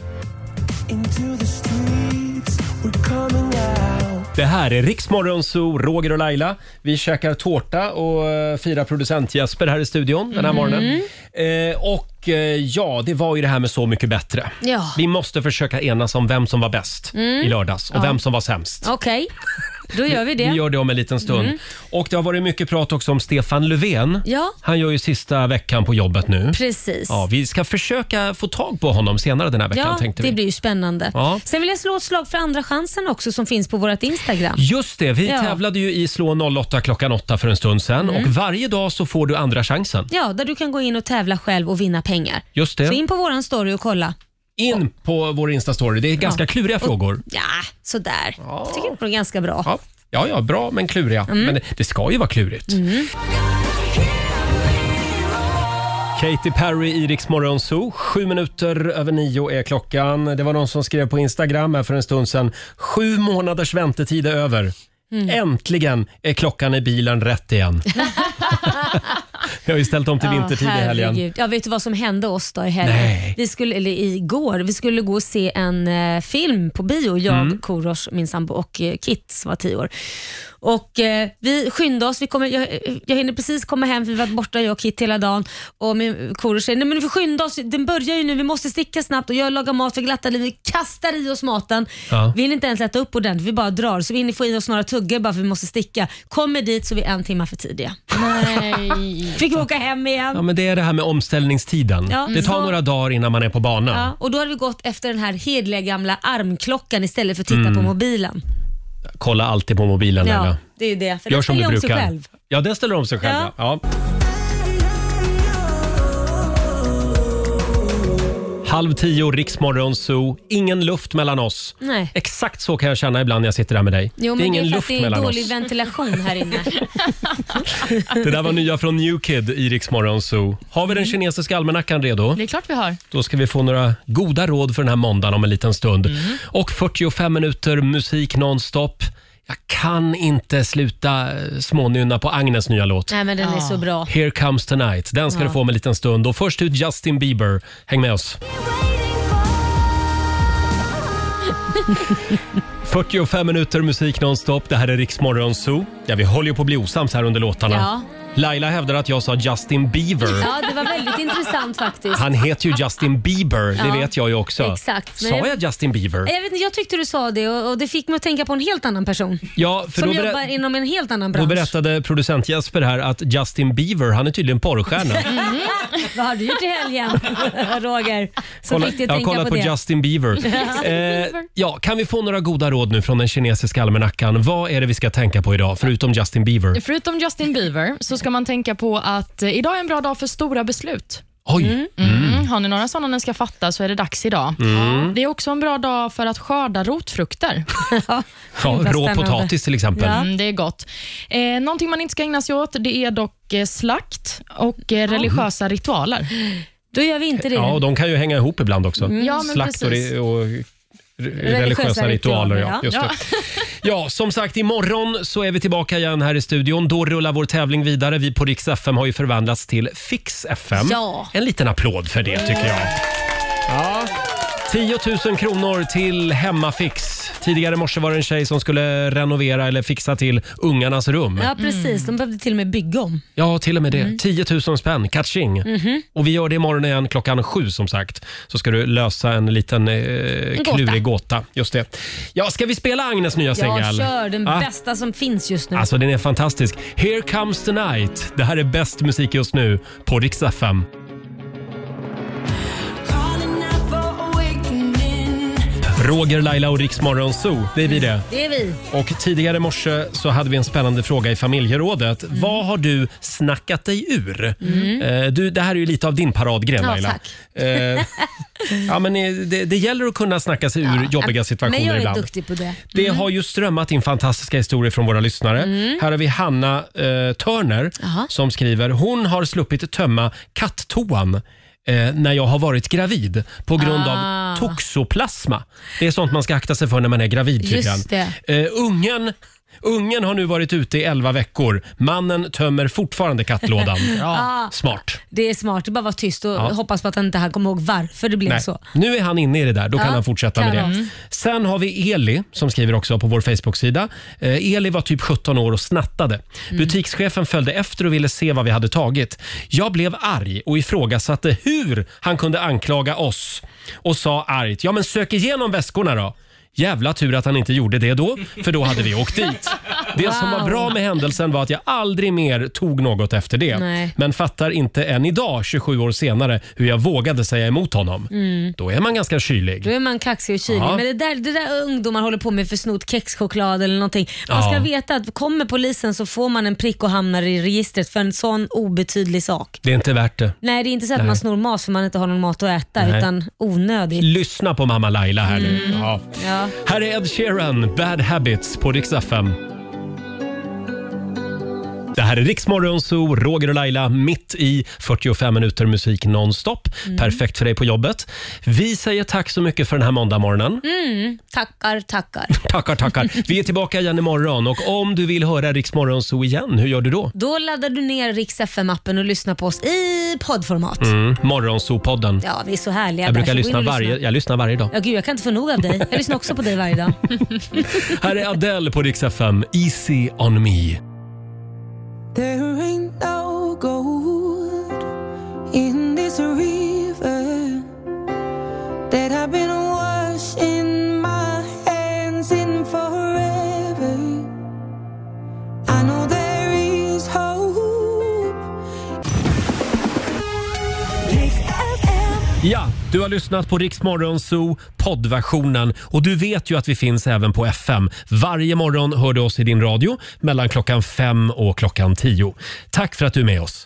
Det här är Riksmorgon Zoo, Roger och Laila. Vi käkar tårta och firar producent Jesper här i studion den här morgonen. Ja, det var ju det här med Så mycket bättre. Ja. Vi måste försöka enas om vem som var bäst i lördags och vem som var sämst. Okej, då gör vi det. Vi gör det om en liten stund. Och det har varit mycket prat också om Stefan Löfven. Ja. Han gör ju sista veckan på jobbet nu. Precis. Ja, vi ska försöka få tag på honom senare den här veckan, Ja, tänkte vi. det blir ju spännande. Ja. Sen vill jag slå ett slag för Andra chansen också som finns på vårt Instagram. Just det, vi Ja. tävlade ju i Slå 08 klockan 8 för en stund sedan. Och varje dag så får du andra chansen. Ja, där du kan gå in och tävla själv och vinna pengar. Just det. Så in på våran story och kolla. In på vår Insta-story. Det är ganska kluriga frågor. Ja, sådär. Jag tycker det är ganska bra. Ja, bra men kluriga. Men det ska ju vara klurigt. Katy Perry i Rix Morgon Zoo. 7:07 är klockan. Det var någon som skrev på Instagram här för en stund sedan. 7 månaders väntetid är över. Äntligen är klockan i bilen rätt igen. Jag har ju ställt om till vintertid i helgen. Herregud. Ja, vet du vad som hände oss då i helgen? Nej. Vi skulle gå och se en film på bio. Jag, Korosh, min sambo och Kit som var 10 år. Och vi skyndade oss. Jag hinner precis komma hem för vi var borta, jag och Kit, hela dagen. Och min Korosh säger, nej men vi får skynda oss. Den börjar ju nu, vi måste sticka snabbt. Och jag lagar mat för glatta liv. Vi kastar i oss maten. Ja. Vi hinner inte ens äta upp ordentligt, vi bara drar. Så vi hinner få i oss några tuggor bara för vi måste sticka. Kommer dit så vi är 1 timme för tidiga. Nej. Fick vi åka hem igen. Ja, men det är det här med omställningstiden. Ja, det tar så- några dagar innan man är på banan. Ja, och då hade vi gått efter den här hedliga gamla armklockan istället för att titta på mobilen. Kolla alltid på mobilen. Ja, Laila. det är ju det. För Gör den som du ställer om sig brukar. själv. Ja, den ställer om sig själv. Ja. Ja. 9:30 Riksmorgon Zoo. Ingen luft mellan oss. Nej. Exakt så kan jag känna ibland när jag sitter där med dig. Jo, det är men ingen det är för luft att det är mellan dålig oss. ventilation här inne. Det där var nya från New Kid i Riksmorgon Zoo. Har vi den kinesiska almanackan redo? Det är klart vi har. Då ska vi få några goda råd för den här måndagen om en liten stund. Och 45 minuter musik nonstop. Jag kan inte sluta smånynna på Agnes nya låt. Nej, men den är så bra. Here comes tonight. Den ska du få om en liten stund. Och först ut Justin Bieber. Häng med oss. 45 minuter musik nonstop. Det här är Riksmorgon Zoo. Ja, vi håller ju på att bli osams här under låtarna. Ja. Laila hävdar att jag sa Justin Bieber. Ja, det var väldigt intressant faktiskt. Han heter ju Justin Bieber, det Ja, vet jag ju också. exakt. Sa jag Justin Bieber? Jag vet inte, jag tyckte du sa det och det fick mig att tänka på en helt annan person. Ja, för Som då, jobbar inom en helt annan då bransch. berättade producent Jesper här att Justin Bieber, han är tydligen porrstjärna. Vad har du gjort i helgen, Roger? Så fick du Jag har tänka kollat på det. Justin Bieber. Kan vi få några goda råd nu från den kinesiska almanackan? Vad är det vi ska tänka på idag, förutom Justin Bieber? Förutom Justin Bieber så ska man tänka på att idag är en bra dag för stora beslut. Oj! Har ni några sådana ni ska fatta så är det dags idag. Det är också en bra dag för att skörda rotfrukter. Ja, rå potatis till exempel. Det är gott. Någonting man inte ska ägna sig åt, det är dock slakt och religiösa ritualer. Då gör vi inte det. Ja, och de kan ju hänga ihop ibland också. Ja, men Slakt och, precis. religiösa ritualer. Ja, just Ja. det. Ja, som sagt, imorgon så är vi tillbaka igen här i studion. Då rullar vår tävling vidare. Vi på Rix FM har ju förvandlats till Fix FM. Ja. En liten applåd för det tycker jag. Ja. 10 000 kronor till Hemmafix Tidigare i morse var det en tjej som skulle renovera eller fixa till ungarnas rum. Ja, precis. De behövde till och med bygga om. Ja, till och med det. 10 000 spänn, catching. Och vi gör det imorgon igen 7:00 som sagt. Så ska du lösa en liten klurig gåta. Just det. Ja, ska vi spela Agnes nya singel? Ja, kör. Den bästa som finns just nu. Alltså, den är fantastisk. Here comes the night. Det här är bäst musik just nu på Rix FM. Roger, Laila och Rix Morgon Zoo, det är vi det. Det är vi. Och tidigare i morse så hade vi en spännande fråga i familjerådet. Vad har du snackat dig ur? Det här är ju lite av din paradgren, Laila. Tack. Ja, men det gäller att kunna snacka sig ur jobbiga situationer ibland. Men jag är duktig på det. Det har ju strömmat in fantastiska historier från våra lyssnare. Här har vi Hanna Törner som skriver: hon har sluppit tömma katttoan när jag har varit gravid på grund av toxoplasma. Det är sånt man ska akta sig för när man är gravid tydligen. Just det. Ungen har nu varit ute i 11 veckor. Mannen tömmer fortfarande kattlådan. Smart. Det är smart. Det bara vara tyst och hoppas på att han inte kommer ihåg varför det blev så. Nu är han inne i det där. Då kan han fortsätta med det. Sen har vi Eli som skriver också på vår Facebook-sida. Eli var typ 17 år och snattade. Butikschefen följde efter och ville se vad vi hade tagit. Jag blev arg och ifrågasatte hur han kunde anklaga oss och sa argt: ja, men sök igenom väskorna då. Jävla tur att han inte gjorde det då, för då hade vi åkt dit. Det som var bra med händelsen var att jag aldrig mer tog något efter det. Nej. Men fattar inte än idag, 27 år senare, hur jag vågade säga emot honom. Då är man ganska kylig. Då är man kaxig och kylig. Men det där ungdomar håller på med för snott kexchoklad eller någonting. Man ska veta att kommer polisen så får man en prick och hamnar i registret för en sån obetydlig sak. Det är inte värt det. Nej, det är inte så att man snor mat för man inte har någon mat att äta, utan onödigt. Lyssna på mamma Laila här nu. Ja. Här är Ed Sheeran, Bad Habits på Rix FM. Det här är Rix Morgon Zoo, Roger och Laila mitt i 45 minuter musik nonstop. Perfekt för dig på jobbet. Vi säger tack så mycket för den här måndagmorgonen. Tackar. Vi är tillbaka igen imorgon och om du vill höra Rix Morgon Zoo igen, hur gör du då? Då laddar du ner Rix FM-appen och lyssnar på oss i poddformat. Morgonzoo-podden. Ja, vi är så härliga. Jag brukar lyssna varje dag. Ja, gud, jag kan inte få nog av dig. Jag lyssnar också på dig varje dag. Här är Adele på Rix FM, Easy on me. There ain't no gold in this river that I've been washing my hands in forever. I know there is hope. Ja, du har lyssnat på Rix Morgon Zoo poddversionen och du vet ju att vi finns även på FM. Varje morgon hör du oss i din radio mellan 5:00 och 10:00. Tack för att du är med oss.